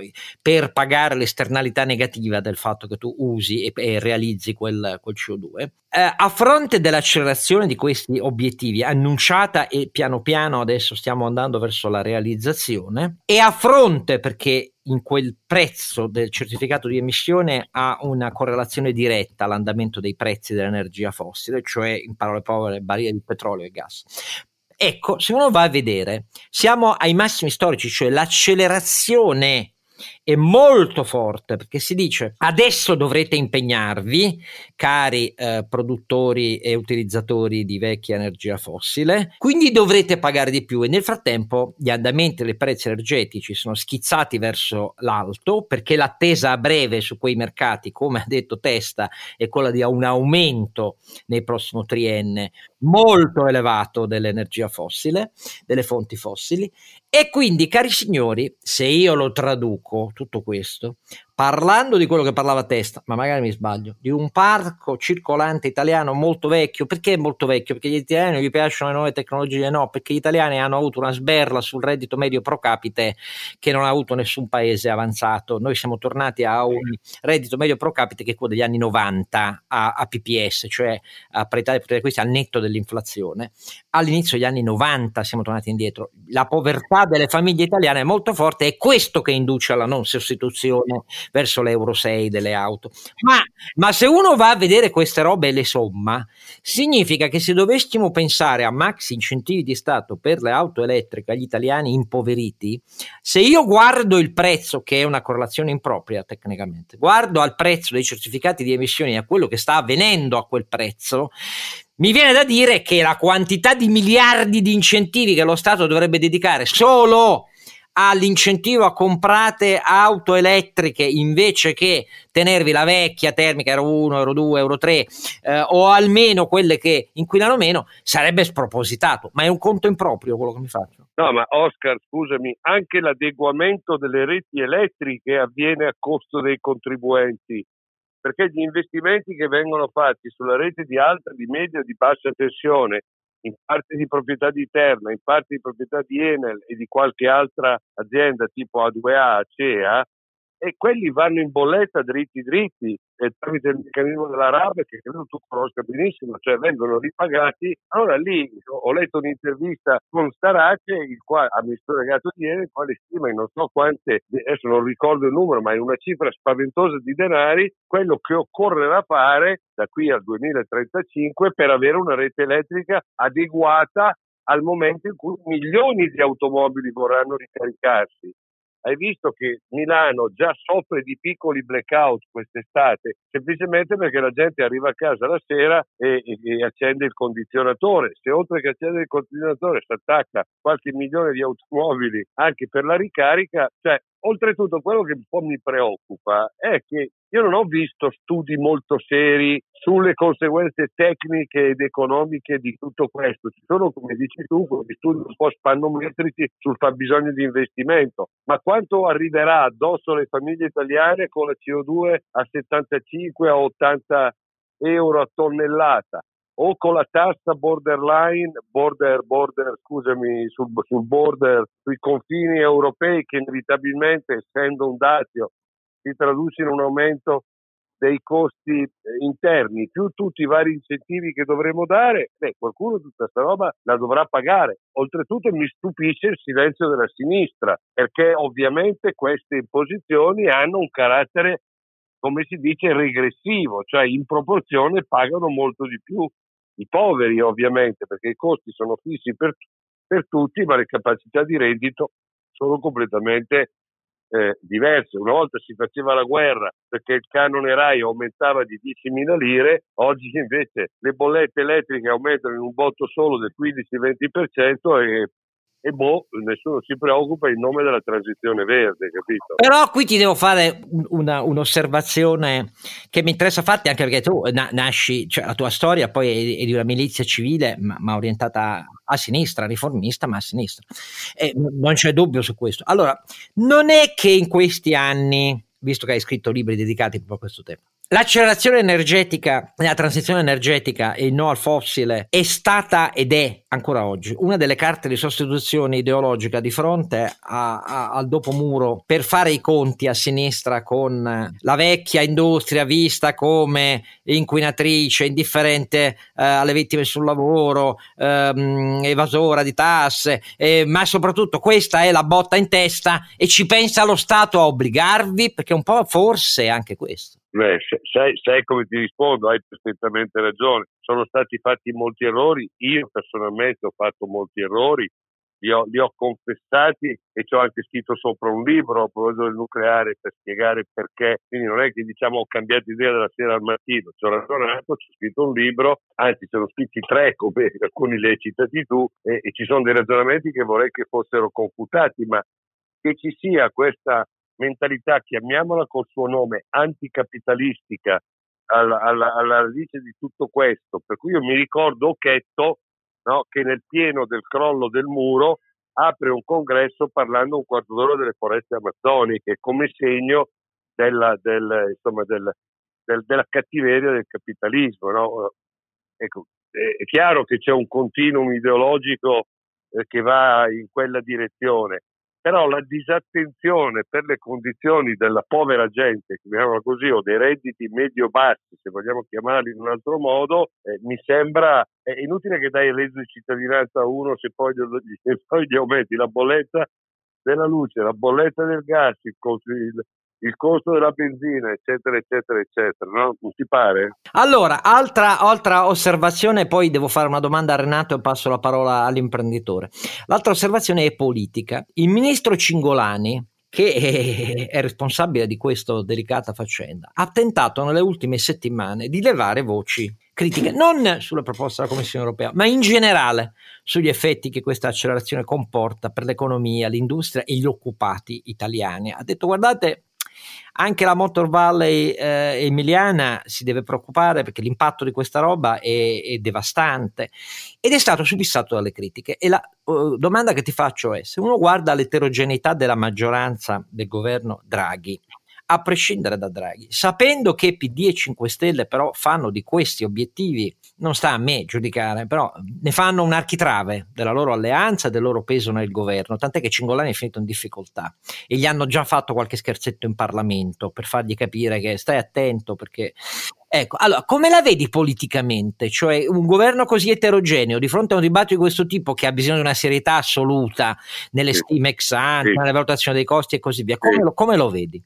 per pagare l'esternalità negativa del fatto che tu usi e, e realizzi quel, quel C O due. Eh, a fronte dell'accelerazione di questi obiettivi annunciata e piano piano adesso stiamo andando verso la realizzazione, e a fronte, perché in quel prezzo del certificato di emissione ha una correlazione diretta all'andamento dei prezzi dell'energia fossile, cioè in parole povere barile di petrolio e gas. Ecco, se uno va a vedere, siamo ai massimi storici, cioè l'accelerazione è molto forte, perché si dice adesso dovrete impegnarvi, cari eh, produttori e utilizzatori di vecchia energia fossile, quindi dovrete pagare di più, e nel frattempo gli andamenti dei prezzi energetici sono schizzati verso l'alto, perché l'attesa a breve su quei mercati, come ha detto Testa, è quella di un aumento nei prossimi triennio molto elevato dell'energia fossile, delle fonti fossili. E quindi, cari signori, se io lo traduco tutto questo, parlando di quello che parlava Testa, ma magari mi sbaglio, di un parco circolante italiano molto vecchio. Perché è molto vecchio? Perché gli italiani non gli piacciono le nuove tecnologie? No, perché gli italiani hanno avuto una sberla sul reddito medio pro capite che non ha avuto nessun paese avanzato. Noi siamo tornati a un reddito medio pro capite che è quello degli anni novanta a, a P P S, cioè a parità di potere d'acquisto, al netto dell'inflazione. All'inizio degli anni novanta siamo tornati indietro. La povertà delle famiglie italiane è molto forte, è questo che induce alla non sostituzione verso l'Euro sei delle auto. Ma, ma se uno va a vedere queste robe e le somma, significa che se dovessimo pensare a maxi incentivi di Stato per le auto elettriche agli italiani impoveriti, se io guardo il prezzo, che è una correlazione impropria tecnicamente, guardo al prezzo dei certificati di emissioni e a quello che sta avvenendo a quel prezzo, mi viene da dire che la quantità di miliardi di incentivi che lo Stato dovrebbe dedicare solo all'incentivo a comprate auto elettriche invece che tenervi la vecchia termica Euro uno, Euro due, Euro tre eh, o almeno quelle che inquinano meno, sarebbe spropositato. Ma è un conto improprio quello che mi faccio. No, ma Oscar, scusami, anche l'adeguamento delle reti elettriche avviene a costo dei contribuenti, perché gli investimenti che vengono fatti sulla rete di alta, di media e di bassa tensione, in parte di proprietà di Terna, in parte di proprietà di Enel e di qualche altra azienda tipo A due A, Acea, e quelli vanno in bolletta dritti dritti e tramite il meccanismo della R A B, che credo tu conosca benissimo, cioè vengono ripagati. Allora lì ho letto un'intervista con Starace, il quale, amministratore delegato di Enel, il quale stima in non so quante, adesso non ricordo il numero, ma in una cifra spaventosa di denari, quello che occorrerà fare da qui al duemilatrentacinque per avere una rete elettrica adeguata al momento in cui milioni di automobili vorranno ricaricarsi. Hai visto che Milano già soffre di piccoli blackout quest'estate, semplicemente perché la gente arriva a casa la sera e, e, e accende il condizionatore. Se oltre che accendere il condizionatore si attacca qualche milione di automobili anche per la ricarica, cioè oltretutto quello che un po' mi preoccupa è che io non ho visto studi molto seri sulle conseguenze tecniche ed economiche di tutto questo. Ci sono, come dici tu, questi studi un po' spannometrici sul fabbisogno di investimento, ma quanto arriverà addosso alle famiglie italiane con la C O due a settantacinque a ottanta euro a tonnellata, o con la tassa borderline, border, border, scusami, sul, sul border, sui confini europei, che inevitabilmente, essendo un dazio, si traduce in un aumento dei costi interni, più tutti i vari incentivi che dovremo dare. Beh, qualcuno tutta questa roba la dovrà pagare. Oltretutto mi stupisce il silenzio della sinistra, perché ovviamente queste imposizioni hanno un carattere, come si dice, regressivo, cioè in proporzione pagano molto di più i poveri, ovviamente, perché i costi sono fissi per, per tutti, ma le capacità di reddito sono completamente Eh, diverse. Una volta si faceva la guerra perché il canone Rai aumentava di diecimila lire, oggi invece le bollette elettriche aumentano in un botto solo del quindici venti per cento e, e boh, nessuno si preoccupa in nome della transizione verde, capito? Però qui ti devo fare una, un'osservazione che mi interessa farti, anche perché tu na- nasci, cioè la tua storia poi è, è di una milizia civile, ma, ma orientata a sinistra, riformista, ma a sinistra. E non c'è dubbio su questo. Allora, non è che in questi anni, visto che hai scritto libri dedicati proprio a questo tema, L'accelerazione energetica, la transizione energetica e il no al fossile è stata ed è ancora oggi una delle carte di sostituzione ideologica di fronte a, a, al dopo muro, per fare i conti a sinistra con la vecchia industria vista come inquinatrice, indifferente eh, alle vittime sul lavoro, ehm, evasora di tasse, eh, ma soprattutto questa è la botta in testa e ci pensa lo Stato a obbligarvi, perché un po' forse è anche questo. Beh, sai, sai come ti rispondo, hai perfettamente ragione, sono stati fatti molti errori, io personalmente ho fatto molti errori, li ho, li ho confessati e ci ho anche scritto sopra un libro a proposito del nucleare per spiegare perché, quindi non è che diciamo ho cambiato idea dalla sera al mattino, ci ho ragionato, ci ho scritto un libro, anzi ce ne ho scritti tre come alcuni li hai citati tu e, e ci sono dei ragionamenti che vorrei che fossero confutati, ma che ci sia questa mentalità, chiamiamola col suo nome, anticapitalistica alla, alla, alla radice di tutto questo, per cui io mi ricordo Occhetto, no, che nel pieno del crollo del muro apre un congresso parlando un quarto d'ora delle foreste amazzoniche come segno della, del, insomma, del, del, della cattiveria del capitalismo, no? Ecco, è chiaro che c'è un continuum ideologico eh, che va in quella direzione, però la disattenzione per le condizioni della povera gente, chiamiamola così, o dei redditi medio-bassi, se vogliamo chiamarli in un altro modo, eh, mi sembra è inutile che dai il reddito di cittadinanza a uno se poi, se poi gli aumenti la bolletta della luce, la bolletta del gas, il costo, il, il costo della benzina, eccetera, eccetera, eccetera, no? Non ti pare? Allora, altra, altra osservazione, poi devo fare una domanda a Renato e passo la parola all'imprenditore. L'altra osservazione è politica. Il ministro Cingolani, che è, è responsabile di questa delicata faccenda, ha tentato nelle ultime settimane di levare voci critiche, non sulla proposta della Commissione europea, ma in generale sugli effetti che questa accelerazione comporta per l'economia, l'industria e gli occupati italiani. Ha detto: guardate, anche la Motor Valley eh, emiliana si deve preoccupare perché l'impatto di questa roba è, è devastante, ed è stato subissato dalle critiche. E la uh, domanda che ti faccio è: se uno guarda l'eterogeneità della maggioranza del governo Draghi, a prescindere da Draghi, sapendo che P D e cinque Stelle però fanno di questi obiettivi, non sta a me giudicare, però ne fanno un architrave della loro alleanza e del loro peso nel governo, tant'è che Cingolani è finito in difficoltà e gli hanno già fatto qualche scherzetto in Parlamento per fargli capire che stai attento, perché ecco, allora come la vedi politicamente? Cioè un governo così eterogeneo di fronte a un dibattito di questo tipo che ha bisogno di una serietà assoluta nelle sì. stime ex ante, sì. nella valutazione dei costi e così via, come, sì. lo, come lo vedi?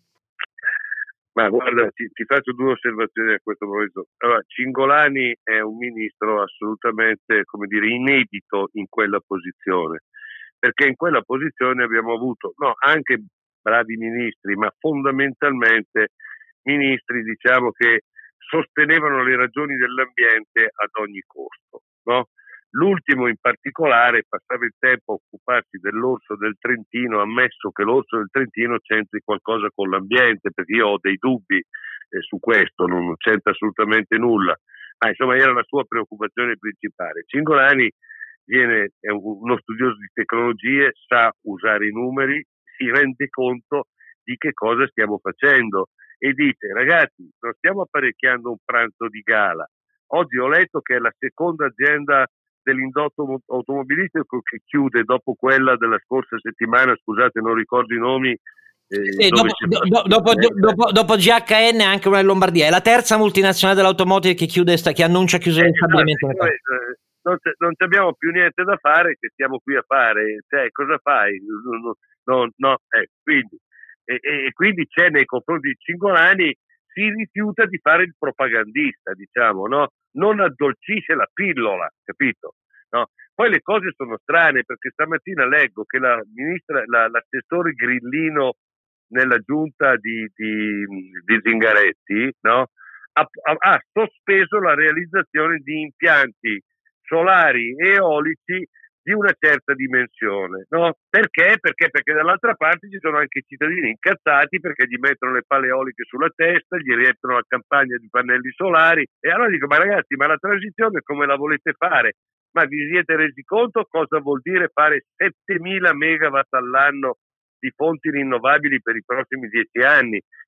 Ma guarda, ti, ti faccio due osservazioni a questo proposito. Allora, Cingolani è un ministro assolutamente, come dire, inedito in quella posizione, perché in quella posizione abbiamo avuto, no, anche bravi ministri, ma fondamentalmente ministri, diciamo, che sostenevano le ragioni dell'ambiente ad ogni costo, no? L'ultimo in particolare passava il tempo a occuparsi dell'orso del Trentino, ammesso che l'orso del Trentino c'entri qualcosa con l'ambiente, perché io ho dei dubbi eh, su questo, non c'entra assolutamente nulla, ma insomma era la sua preoccupazione principale. Cingolani viene, è uno studioso di tecnologie, sa usare i numeri, si rende conto di che cosa stiamo facendo e dice: ragazzi, non stiamo apparecchiando un pranzo di gala. Oggi ho letto che è la seconda azienda dell'indotto automobilistico che chiude dopo quella della scorsa settimana, scusate non ricordo i nomi. Eh, sì, dopo, do, dopo, do, dopo, dopo G H N anche una in Lombardia, è la terza multinazionale dell'automotive che chiude sta, che annuncia chiusura eh, di stabilimento. No, non, non abbiamo più niente da fare, che stiamo qui a fare, cioè cosa fai? No, no, no, eh, quindi, e, e quindi c'è nei confronti di Cingolani, si rifiuta di fare il propagandista, diciamo, no? Non addolcisce la pillola, capito? No? Poi le cose sono strane, perché stamattina leggo che la ministra, la, l'assessore Grillino nella giunta di, di, di Zingaretti, no? ha, ha, ha sospeso la realizzazione di impianti solari e eolici di una certa dimensione, no? Perché? Perché? Perché dall'altra parte ci sono anche i cittadini incazzati perché gli mettono le pale eoliche sulla testa, gli riempiono la campagna di pannelli solari e allora dico: ma ragazzi, ma la transizione come la volete fare? Ma vi siete resi conto cosa vuol dire fare settemila megawatt all'anno di fonti rinnovabili per i prossimi dieci anni?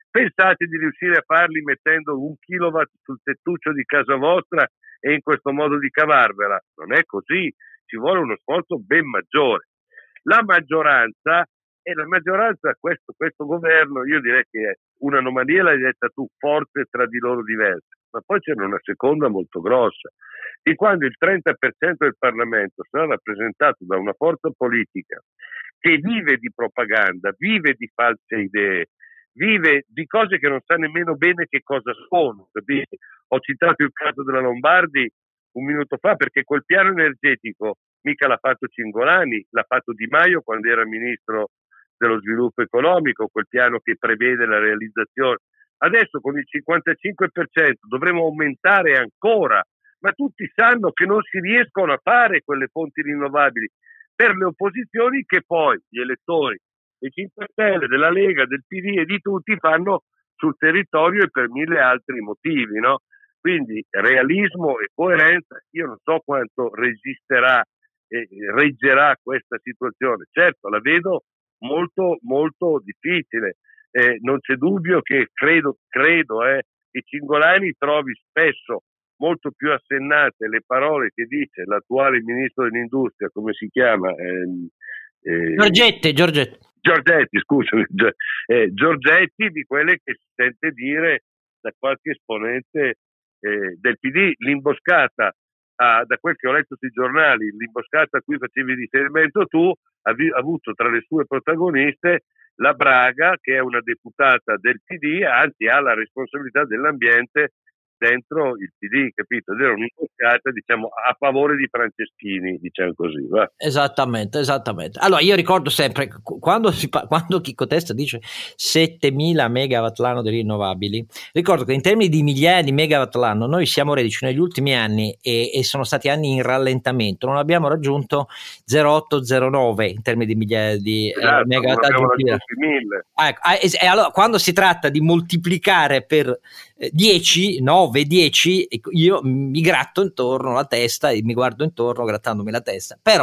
Pensate di riuscire a farli mettendo un kilowatt sul tettuccio di casa vostra e in questo modo di cavarvela? Non è così, ci vuole uno sforzo ben maggiore. La maggioranza, e la maggioranza, questo, questo governo, io direi che è un'anomalia, l'hai detta tu, forze tra di loro diverse, ma poi c'è una seconda molto grossa, di quando il trenta per cento del Parlamento sarà rappresentato da una forza politica che vive di propaganda, vive di false idee, vive di cose che non sa nemmeno bene che cosa sono, capite? Ho citato il caso della Lombardi un minuto fa perché quel piano energetico mica l'ha fatto Cingolani, l'ha fatto Di Maio quando era ministro dello sviluppo economico, quel piano che prevede la realizzazione. Adesso con il cinquantacinque per cento dovremo aumentare ancora, ma tutti sanno che non si riescono a fare quelle fonti rinnovabili per le opposizioni che poi gli elettori dei cinque Stelle, della Lega, del P D e di tutti fanno sul territorio e per mille altri motivi, no? Quindi realismo e coerenza, io non so quanto resisterà e reggerà questa situazione. Certo, la vedo molto molto difficile, eh, non c'è dubbio che credo, credo eh, che Cingolani trovi spesso molto più assennate le parole che dice l'attuale ministro dell'industria, come si chiama? Eh, eh, Giorgetti, Giorgetti. Giorgetti, scusami, eh, Giorgetti, di quelle che si sente dire da qualche esponente eh, del P D. L'imboscata, ah, da quel che ho letto sui giornali, l'imboscata a cui facevi riferimento tu ha vi- avuto tra le sue protagoniste la Braga, che è una deputata del P D, anzi ha la responsabilità dell'ambiente dentro il P D, capito? Ed era un'imboscata, diciamo, a favore di Franceschini, diciamo così, va? Esattamente, esattamente. Allora, io ricordo sempre, quando, si pa- quando Chicco Testa dice settemila megawatt l'anno di rinnovabili, ricordo che in termini di migliaia di megawatt l'anno noi siamo reduci negli ultimi anni e, e sono stati anni in rallentamento, non abbiamo raggiunto zero virgola otto zero nove in termini di migliaia di esatto, eh, megawatt aggiuntivi. Ah, ecco, ah, e allora, quando si tratta di moltiplicare per eh, dieci, nove, dieci, io mi gratto intorno la testa e mi guardo intorno grattandomi la testa. Però,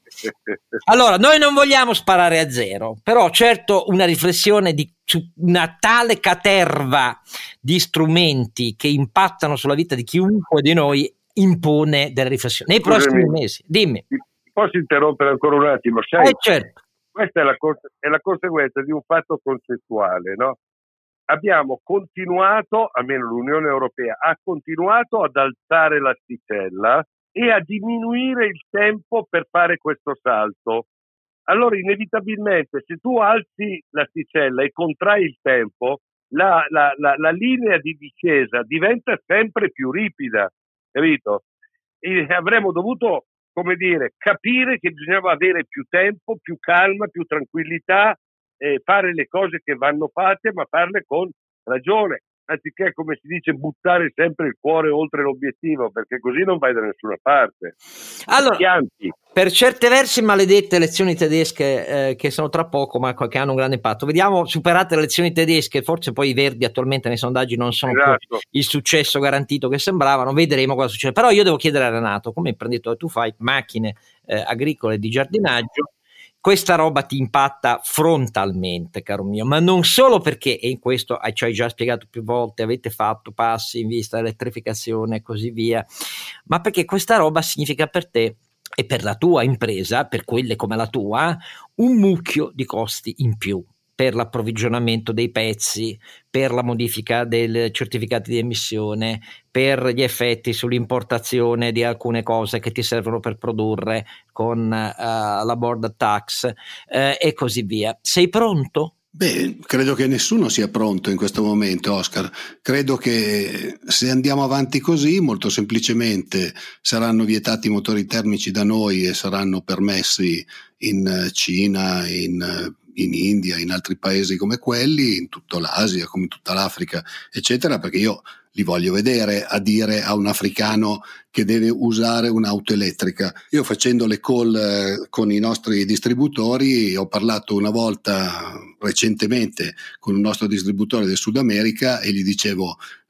allora, noi non vogliamo sparare a zero, però certo una riflessione di, su una tale caterva di strumenti che impattano sulla vita di chiunque di noi impone delle riflessioni. Nei Scusami, prossimi mesi, dimmi. Posso interrompere ancora un attimo? Sai, eh, certo. Questa è la, è la conseguenza di un fatto concettuale, no? Abbiamo continuato, almeno l'Unione Europea, ha continuato ad alzare l'asticella e a diminuire il tempo per fare questo salto. Allora, inevitabilmente, se tu alzi l'asticella e contrai il tempo, la, la, la, la linea di discesa diventa sempre più ripida, capito? E avremmo dovuto, come dire, capire che bisognava avere più tempo, più calma, più tranquillità, eh, fare le cose che vanno fatte, ma farle con ragione, anziché, come si dice, buttare sempre il cuore oltre l'obiettivo, perché così non vai da nessuna parte. Allora, Pianti. Per certi versi maledette lezioni tedesche eh, che sono tra poco ma che hanno un grande impatto. Vediamo, superate le lezioni tedesche, forse poi i Verdi attualmente nei sondaggi non sono esatto. più il successo garantito che sembravano, vedremo cosa succede. Però io devo chiedere a Renato, come imprenditore, tu fai macchine eh, agricole di giardinaggio, questa roba ti impatta frontalmente, caro mio, ma non solo perché, e in questo ci hai già spiegato più volte, avete fatto passi in vista dell'elettrificazione e così via, ma perché questa roba significa per te e per la tua impresa, per quelle come la tua, un mucchio di costi in più per l'approvvigionamento dei pezzi, per la modifica dei certificati di emissione, per gli effetti sull'importazione di alcune cose che ti servono per produrre con uh, la border tax uh, e così via. Sei pronto? Beh, credo che nessuno sia pronto in questo momento, Oscar. Credo che se andiamo avanti così, molto semplicemente saranno vietati i motori termici da noi e saranno permessi in Cina, in in India, in altri paesi come quelli, in tutta l'Asia, come in tutta l'Africa, eccetera, perché io li voglio vedere a dire a un africano che deve usare un'auto elettrica. Io facendo le call eh, con i nostri distributori, ho parlato una volta recentemente con un nostro distributore del Sud America e gli dicevo: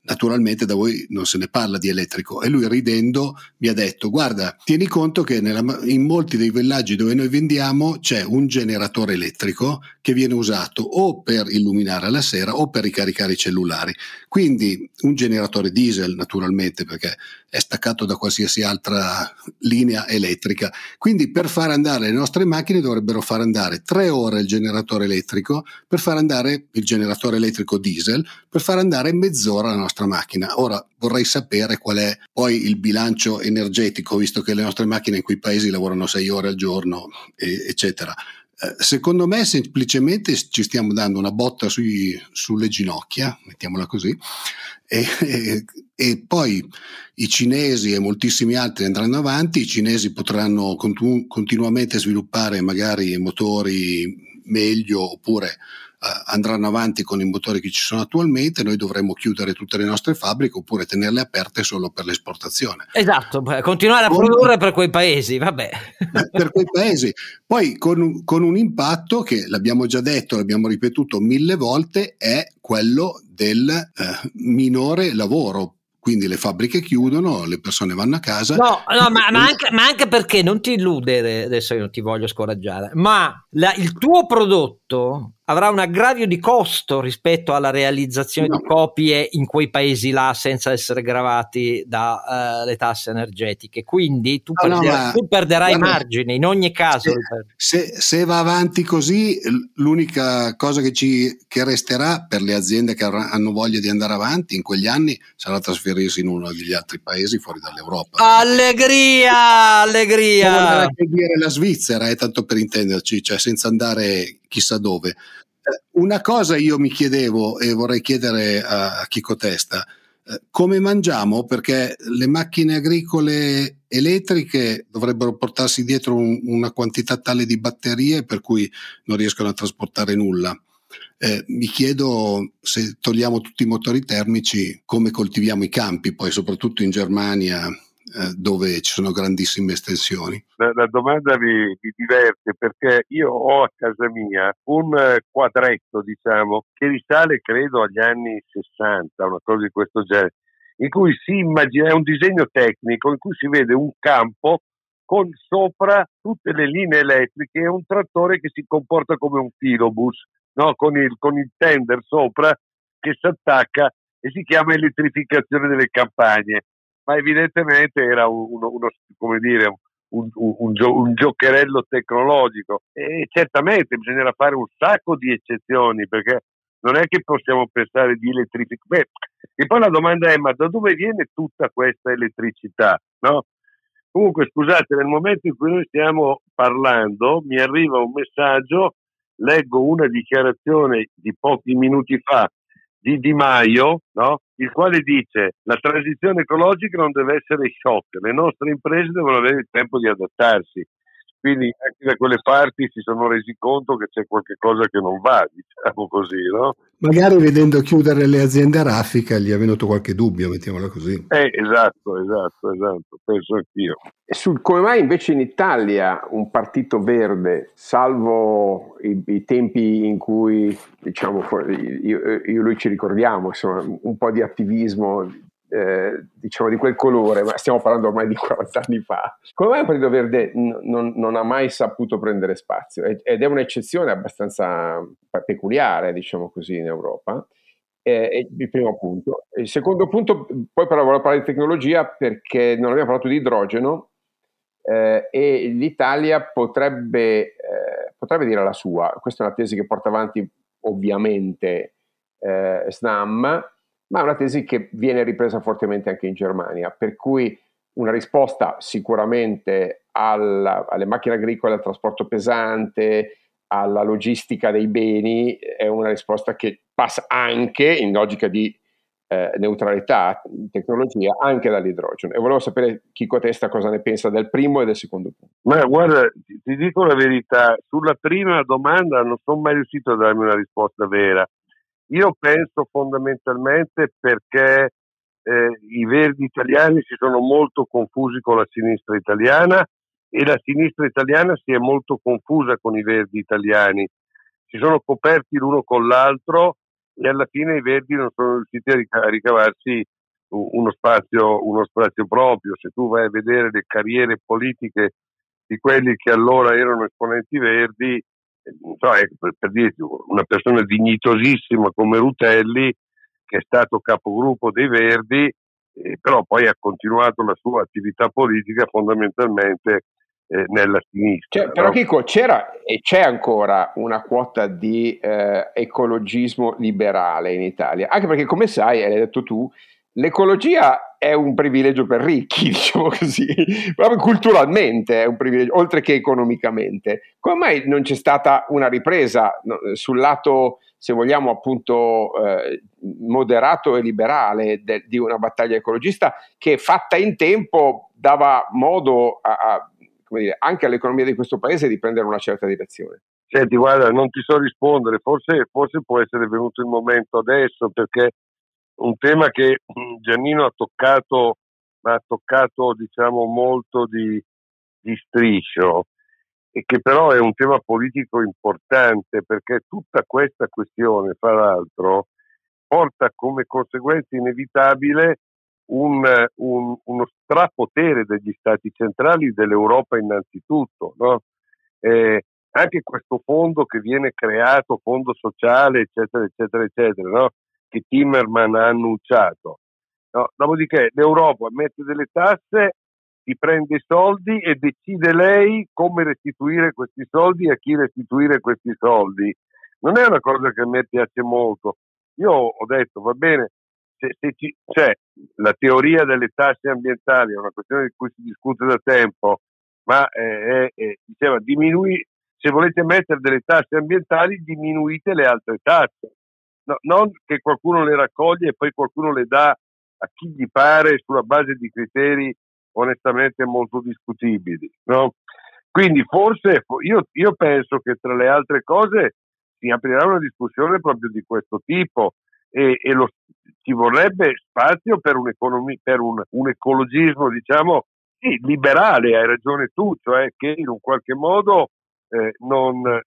naturalmente da voi non se ne parla di elettrico. E lui, ridendo, mi ha detto: guarda, tieni conto che nella, in molti dei villaggi dove noi vendiamo c'è un generatore elettrico che viene usato o per illuminare la sera o per ricaricare i cellulari, quindi un generatore diesel naturalmente, perché è staccato da qualsiasi altra linea elettrica, quindi per far andare le nostre macchine dovrebbero far andare tre ore il generatore elettrico, per far andare il generatore elettrico diesel, per far andare mezz'ora la nostra macchina. Ora vorrei sapere qual è poi il bilancio energetico, visto che le nostre macchine in quei paesi lavorano sei ore al giorno, e, eccetera. Eh, secondo me semplicemente ci stiamo dando una botta sui, sulle ginocchia, mettiamola così, e, e, e poi i cinesi e moltissimi altri andranno avanti. I cinesi potranno continu- continuamente sviluppare magari motori meglio, oppure andranno avanti con i motori che ci sono attualmente. Noi dovremmo chiudere tutte le nostre fabbriche oppure tenerle aperte solo per l'esportazione. Esatto, continuare a con, produrre per quei paesi, vabbè. Per quei paesi. Poi con, con un impatto che, l'abbiamo già detto, l'abbiamo ripetuto mille volte, è quello del eh, minore lavoro. Quindi le fabbriche chiudono, le persone vanno a casa. No, no ma, ma, anche, ma anche perché, non ti illudere, adesso io non ti voglio scoraggiare, ma la, il tuo prodotto avrà un aggravio di costo rispetto alla realizzazione no. di copie in quei paesi là senza essere gravati dalle uh, tasse energetiche, quindi tu, no, perder- no, tu perderai guarda, margine in ogni caso. Se, se, se va avanti così, l'unica cosa che, ci, che resterà per le aziende che hanno voglia di andare avanti in quegli anni sarà trasferirsi in uno degli altri paesi fuori dall'Europa. Allegria, allegria! Come dire la Svizzera, è tanto per intenderci, cioè senza andare chissà dove. Una cosa io mi chiedevo e vorrei chiedere a Chico Testa: come mangiamo? Perché le macchine agricole elettriche dovrebbero portarsi dietro un, una quantità tale di batterie per cui non riescono a trasportare nulla. Eh, mi chiedo, se togliamo tutti i motori termici, come coltiviamo i campi, poi soprattutto in Germania, dove ci sono grandissime estensioni. La, la domanda mi, mi diverte perché io ho a casa mia un quadretto, diciamo, che risale credo agli anni sessanta, una cosa di questo genere, in cui si immagina, è un disegno tecnico in cui si vede un campo con sopra tutte le linee elettriche e un trattore che si comporta come un filobus, no? con, il, con il tender sopra che si attacca e si chiama elettrificazione delle campagne. Ma evidentemente era uno, uno come dire, un, un, un, gio, un giocherello tecnologico, e certamente bisognerà fare un sacco di eccezioni, perché non è che possiamo pensare di elettrificare. E poi la domanda è: ma da dove viene tutta questa elettricità, no? Comunque, scusate, nel momento in cui noi stiamo parlando mi arriva un messaggio, leggo una dichiarazione di pochi minuti fa di Di Maio, no? Il quale dice: la transizione ecologica non deve essere shock, le nostre imprese devono avere il tempo di adattarsi. Quindi anche da quelle parti si sono resi conto che c'è qualche cosa che non va, diciamo così, no? Magari vedendo chiudere le aziende raffica gli è venuto qualche dubbio, mettiamola così. Eh, esatto, esatto, esatto, penso anch'io. E sul come mai invece in Italia un partito verde, salvo i, i tempi in cui, diciamo, io, io e lui ci ricordiamo, insomma, un po' di attivismo, eh, diciamo, di quel colore, ma stiamo parlando ormai di quaranta anni fa. Come mai un partito verde n- non, non ha mai saputo prendere spazio? Ed è un'eccezione abbastanza peculiare, diciamo così, in Europa. Eh, il primo punto. Il secondo punto, poi però volevo parlare di tecnologia perché non abbiamo parlato di idrogeno, eh, e l'Italia potrebbe, eh, potrebbe dire la sua. Questa è una tesi che porta avanti ovviamente eh, Snam, ma è una tesi che viene ripresa fortemente anche in Germania, per cui una risposta sicuramente alla, alle macchine agricole, al trasporto pesante, alla logistica dei beni, è una risposta che passa anche, in logica di eh, neutralità in tecnologia, anche dall'idrogeno. E volevo sapere, Chico Testa, cosa ne pensa del primo e del secondo punto. Ma guarda, ti, ti dico la verità, sulla prima domanda non sono mai riuscito a darmi una risposta vera. Io penso fondamentalmente perché eh, i verdi italiani si sono molto confusi con la sinistra italiana e la sinistra italiana si è molto confusa con i verdi italiani. Si sono coperti l'uno con l'altro e alla fine i Verdi non sono riusciti a, rica- a ricavarsi uno spazio, uno spazio proprio. Se tu vai a vedere le carriere politiche di quelli che allora erano esponenti Verdi, cioè, per, per dirti, una persona dignitosissima come Rutelli, che è stato capogruppo dei Verdi, eh, però poi ha continuato la sua attività politica fondamentalmente eh, nella sinistra. Cioè, però no? Chico, c'era e c'è ancora una quota di eh, ecologismo liberale in Italia, anche perché, come sai, hai detto tu, l'ecologia è un privilegio per ricchi, diciamo così, proprio culturalmente è un privilegio, oltre che economicamente. Come mai non c'è stata una ripresa no, sul lato, se vogliamo, appunto eh, moderato e liberale de, di una battaglia ecologista che, fatta in tempo, dava modo a, a, come dire, anche all'economia di questo paese di prendere una certa direzione? Senti, guarda, non ti so rispondere, forse, forse può essere venuto il momento adesso, perché un tema che Giannino ha toccato, ma ha toccato diciamo molto di, di striscio, e che però è un tema politico importante, perché tutta questa questione, fra l'altro, porta come conseguenza inevitabile un, un, uno strapotere degli stati centrali, dell'Europa innanzitutto, no? Eh, anche questo fondo che viene creato, fondo sociale, eccetera, eccetera, eccetera, no? Che Timmermans ha annunciato. No? Dopodiché l'Europa mette delle tasse, ti prende i soldi e decide lei come restituire questi soldi e a chi restituire questi soldi. Non è una cosa che a me piace molto. Io ho detto, va bene, se, se ci, cioè, la teoria delle tasse ambientali è una questione di cui si discute da tempo, ma eh, eh, diceva, diminui, se volete mettere delle tasse ambientali, diminuite le altre tasse. No, non che qualcuno le raccoglie e poi qualcuno le dà a chi gli pare sulla base di criteri onestamente molto discutibili, no? Quindi forse io, io penso che tra le altre cose si aprirà una discussione proprio di questo tipo e, e lo, ci vorrebbe spazio per un, economi, per un, un ecologismo, diciamo, sì, liberale, hai ragione tu, cioè che in un qualche modo eh, non eh,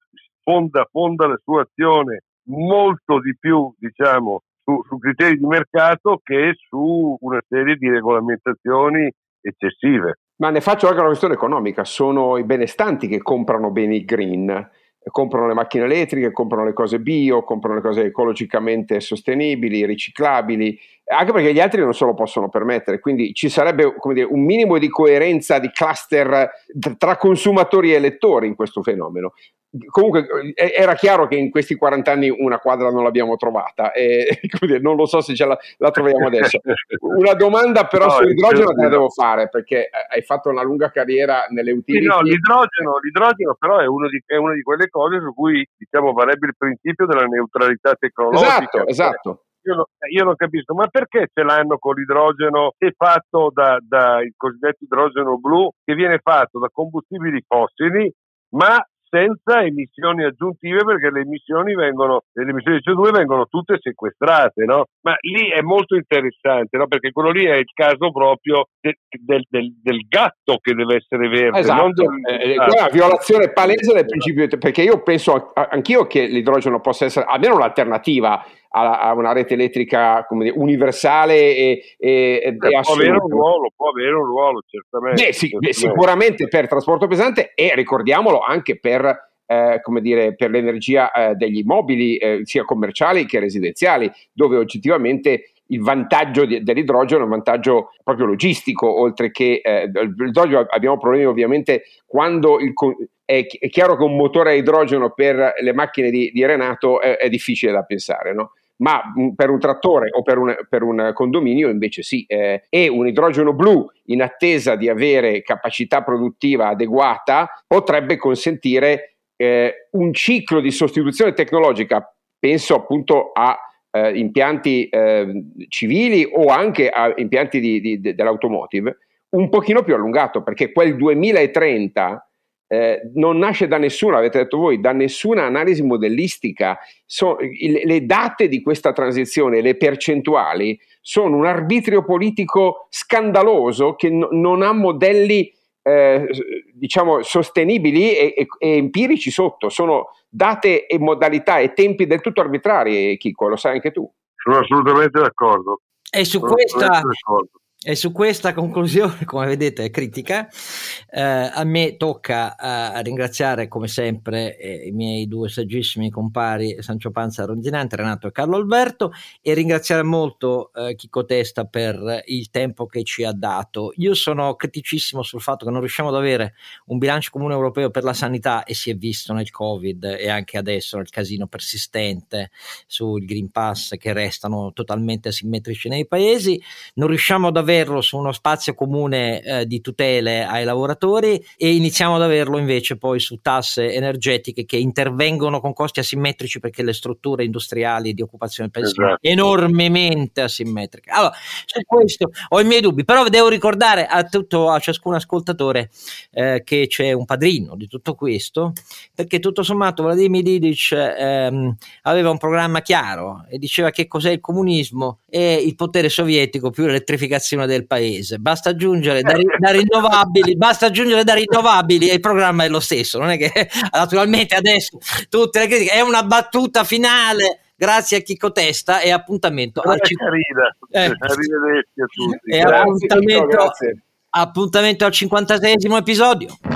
fonda, fonda la sua azione molto di più, diciamo, su, su criteri di mercato che su una serie di regolamentazioni eccessive. Ma ne faccio anche una questione economica: sono i benestanti che comprano beni green, comprano le macchine elettriche, comprano le cose bio, comprano le cose ecologicamente sostenibili, riciclabili, anche perché gli altri non se lo possono permettere. Quindi ci sarebbe, come dire, un minimo di coerenza di cluster tra consumatori e elettori in questo fenomeno. Comunque era chiaro che in questi quaranta anni una quadra non l'abbiamo trovata e non lo so se ce la, la troviamo adesso. Una domanda però no, sull'idrogeno te la devo fare, perché hai fatto una lunga carriera nelle utility. Sì, no, l'idrogeno, l'idrogeno però è, uno di, è una di quelle cose su cui, diciamo, varrebbe il principio della neutralità tecnologica. Esatto, esatto. Io, no, io non capisco, ma perché ce l'hanno con l'idrogeno che è fatto da, da il cosiddetto idrogeno blu, che viene fatto da combustibili fossili, ma senza emissioni aggiuntive, perché le emissioni vengono, le emissioni di C O due vengono tutte sequestrate, no? Ma lì è molto interessante, no? Perché quello lì è il caso proprio de, del, del, del gatto che deve essere verde. Esatto, non del, eh, è una violazione palese del principio, perché io penso anch'io che l'idrogeno possa essere almeno un'alternativa a, a una rete elettrica, come dire, universale e, e, e può avere un ruolo, può avere un ruolo certamente, Beh, sì, certamente. Sicuramente per trasporto pesante e, ricordiamolo, anche per eh, come dire, per l'energia eh, degli immobili eh, sia commerciali che residenziali, dove oggettivamente il vantaggio di, dell'idrogeno è un vantaggio proprio logistico, oltre che eh, l'idrogeno. Abbiamo problemi ovviamente quando il, è, è chiaro che un motore a idrogeno per le macchine di, di Renato è, è difficile da pensare, no? Ma per un trattore o per un, per un condominio invece sì, eh, e un idrogeno blu in attesa di avere capacità produttiva adeguata potrebbe consentire eh, un ciclo di sostituzione tecnologica, penso appunto a eh, impianti eh, civili o anche a impianti di, di, de, dell'automotive, un pochino più allungato, perché quel duemilatrenta Eh, non nasce da nessuna, avete detto voi, da nessuna analisi modellistica. So, il, le date di questa transizione, le percentuali, sono un arbitrio politico scandaloso che no, non ha modelli eh, diciamo sostenibili e, e, e empirici sotto, sono date e modalità e tempi del tutto arbitrari, Chicco, lo sai anche tu. Sono assolutamente d'accordo. E su sono questa d'accordo. E su questa conclusione, come vedete, critica, eh, a me tocca eh, ringraziare come sempre eh, i miei due saggissimi compari Sancio Panza Rondinante, Renato e Carlo Alberto, e ringraziare molto eh, Chicco Testa per il tempo che ci ha dato. Io sono criticissimo sul fatto che non riusciamo ad avere un bilancio comune europeo per la sanità, e si è visto nel Covid e anche adesso nel casino persistente sul Green Pass, che restano totalmente asimmetrici nei paesi. Non riusciamo ad avere su uno spazio comune eh, di tutele ai lavoratori, e iniziamo ad averlo invece poi su tasse energetiche che intervengono con costi asimmetrici, perché le strutture industriali di occupazione del paese sono enormemente asimmetriche. Allora, su questo ho i miei dubbi, però devo ricordare a tutto, a ciascun ascoltatore eh, che c'è un padrino di tutto questo, perché tutto sommato Vladimir Didic ehm, aveva un programma chiaro e diceva che cos'è il comunismo e il potere sovietico più l'elettrificazione del paese. Basta aggiungere da, ri- da rinnovabili, basta aggiungere da rinnovabili e il programma è lo stesso. Non è che naturalmente adesso tutte le critiche, è una battuta finale. Grazie a Chicco Testa e appuntamento al c- eh. Arrivederci a tutti. E appuntamento, appuntamento al cinquantaseiesimo episodio.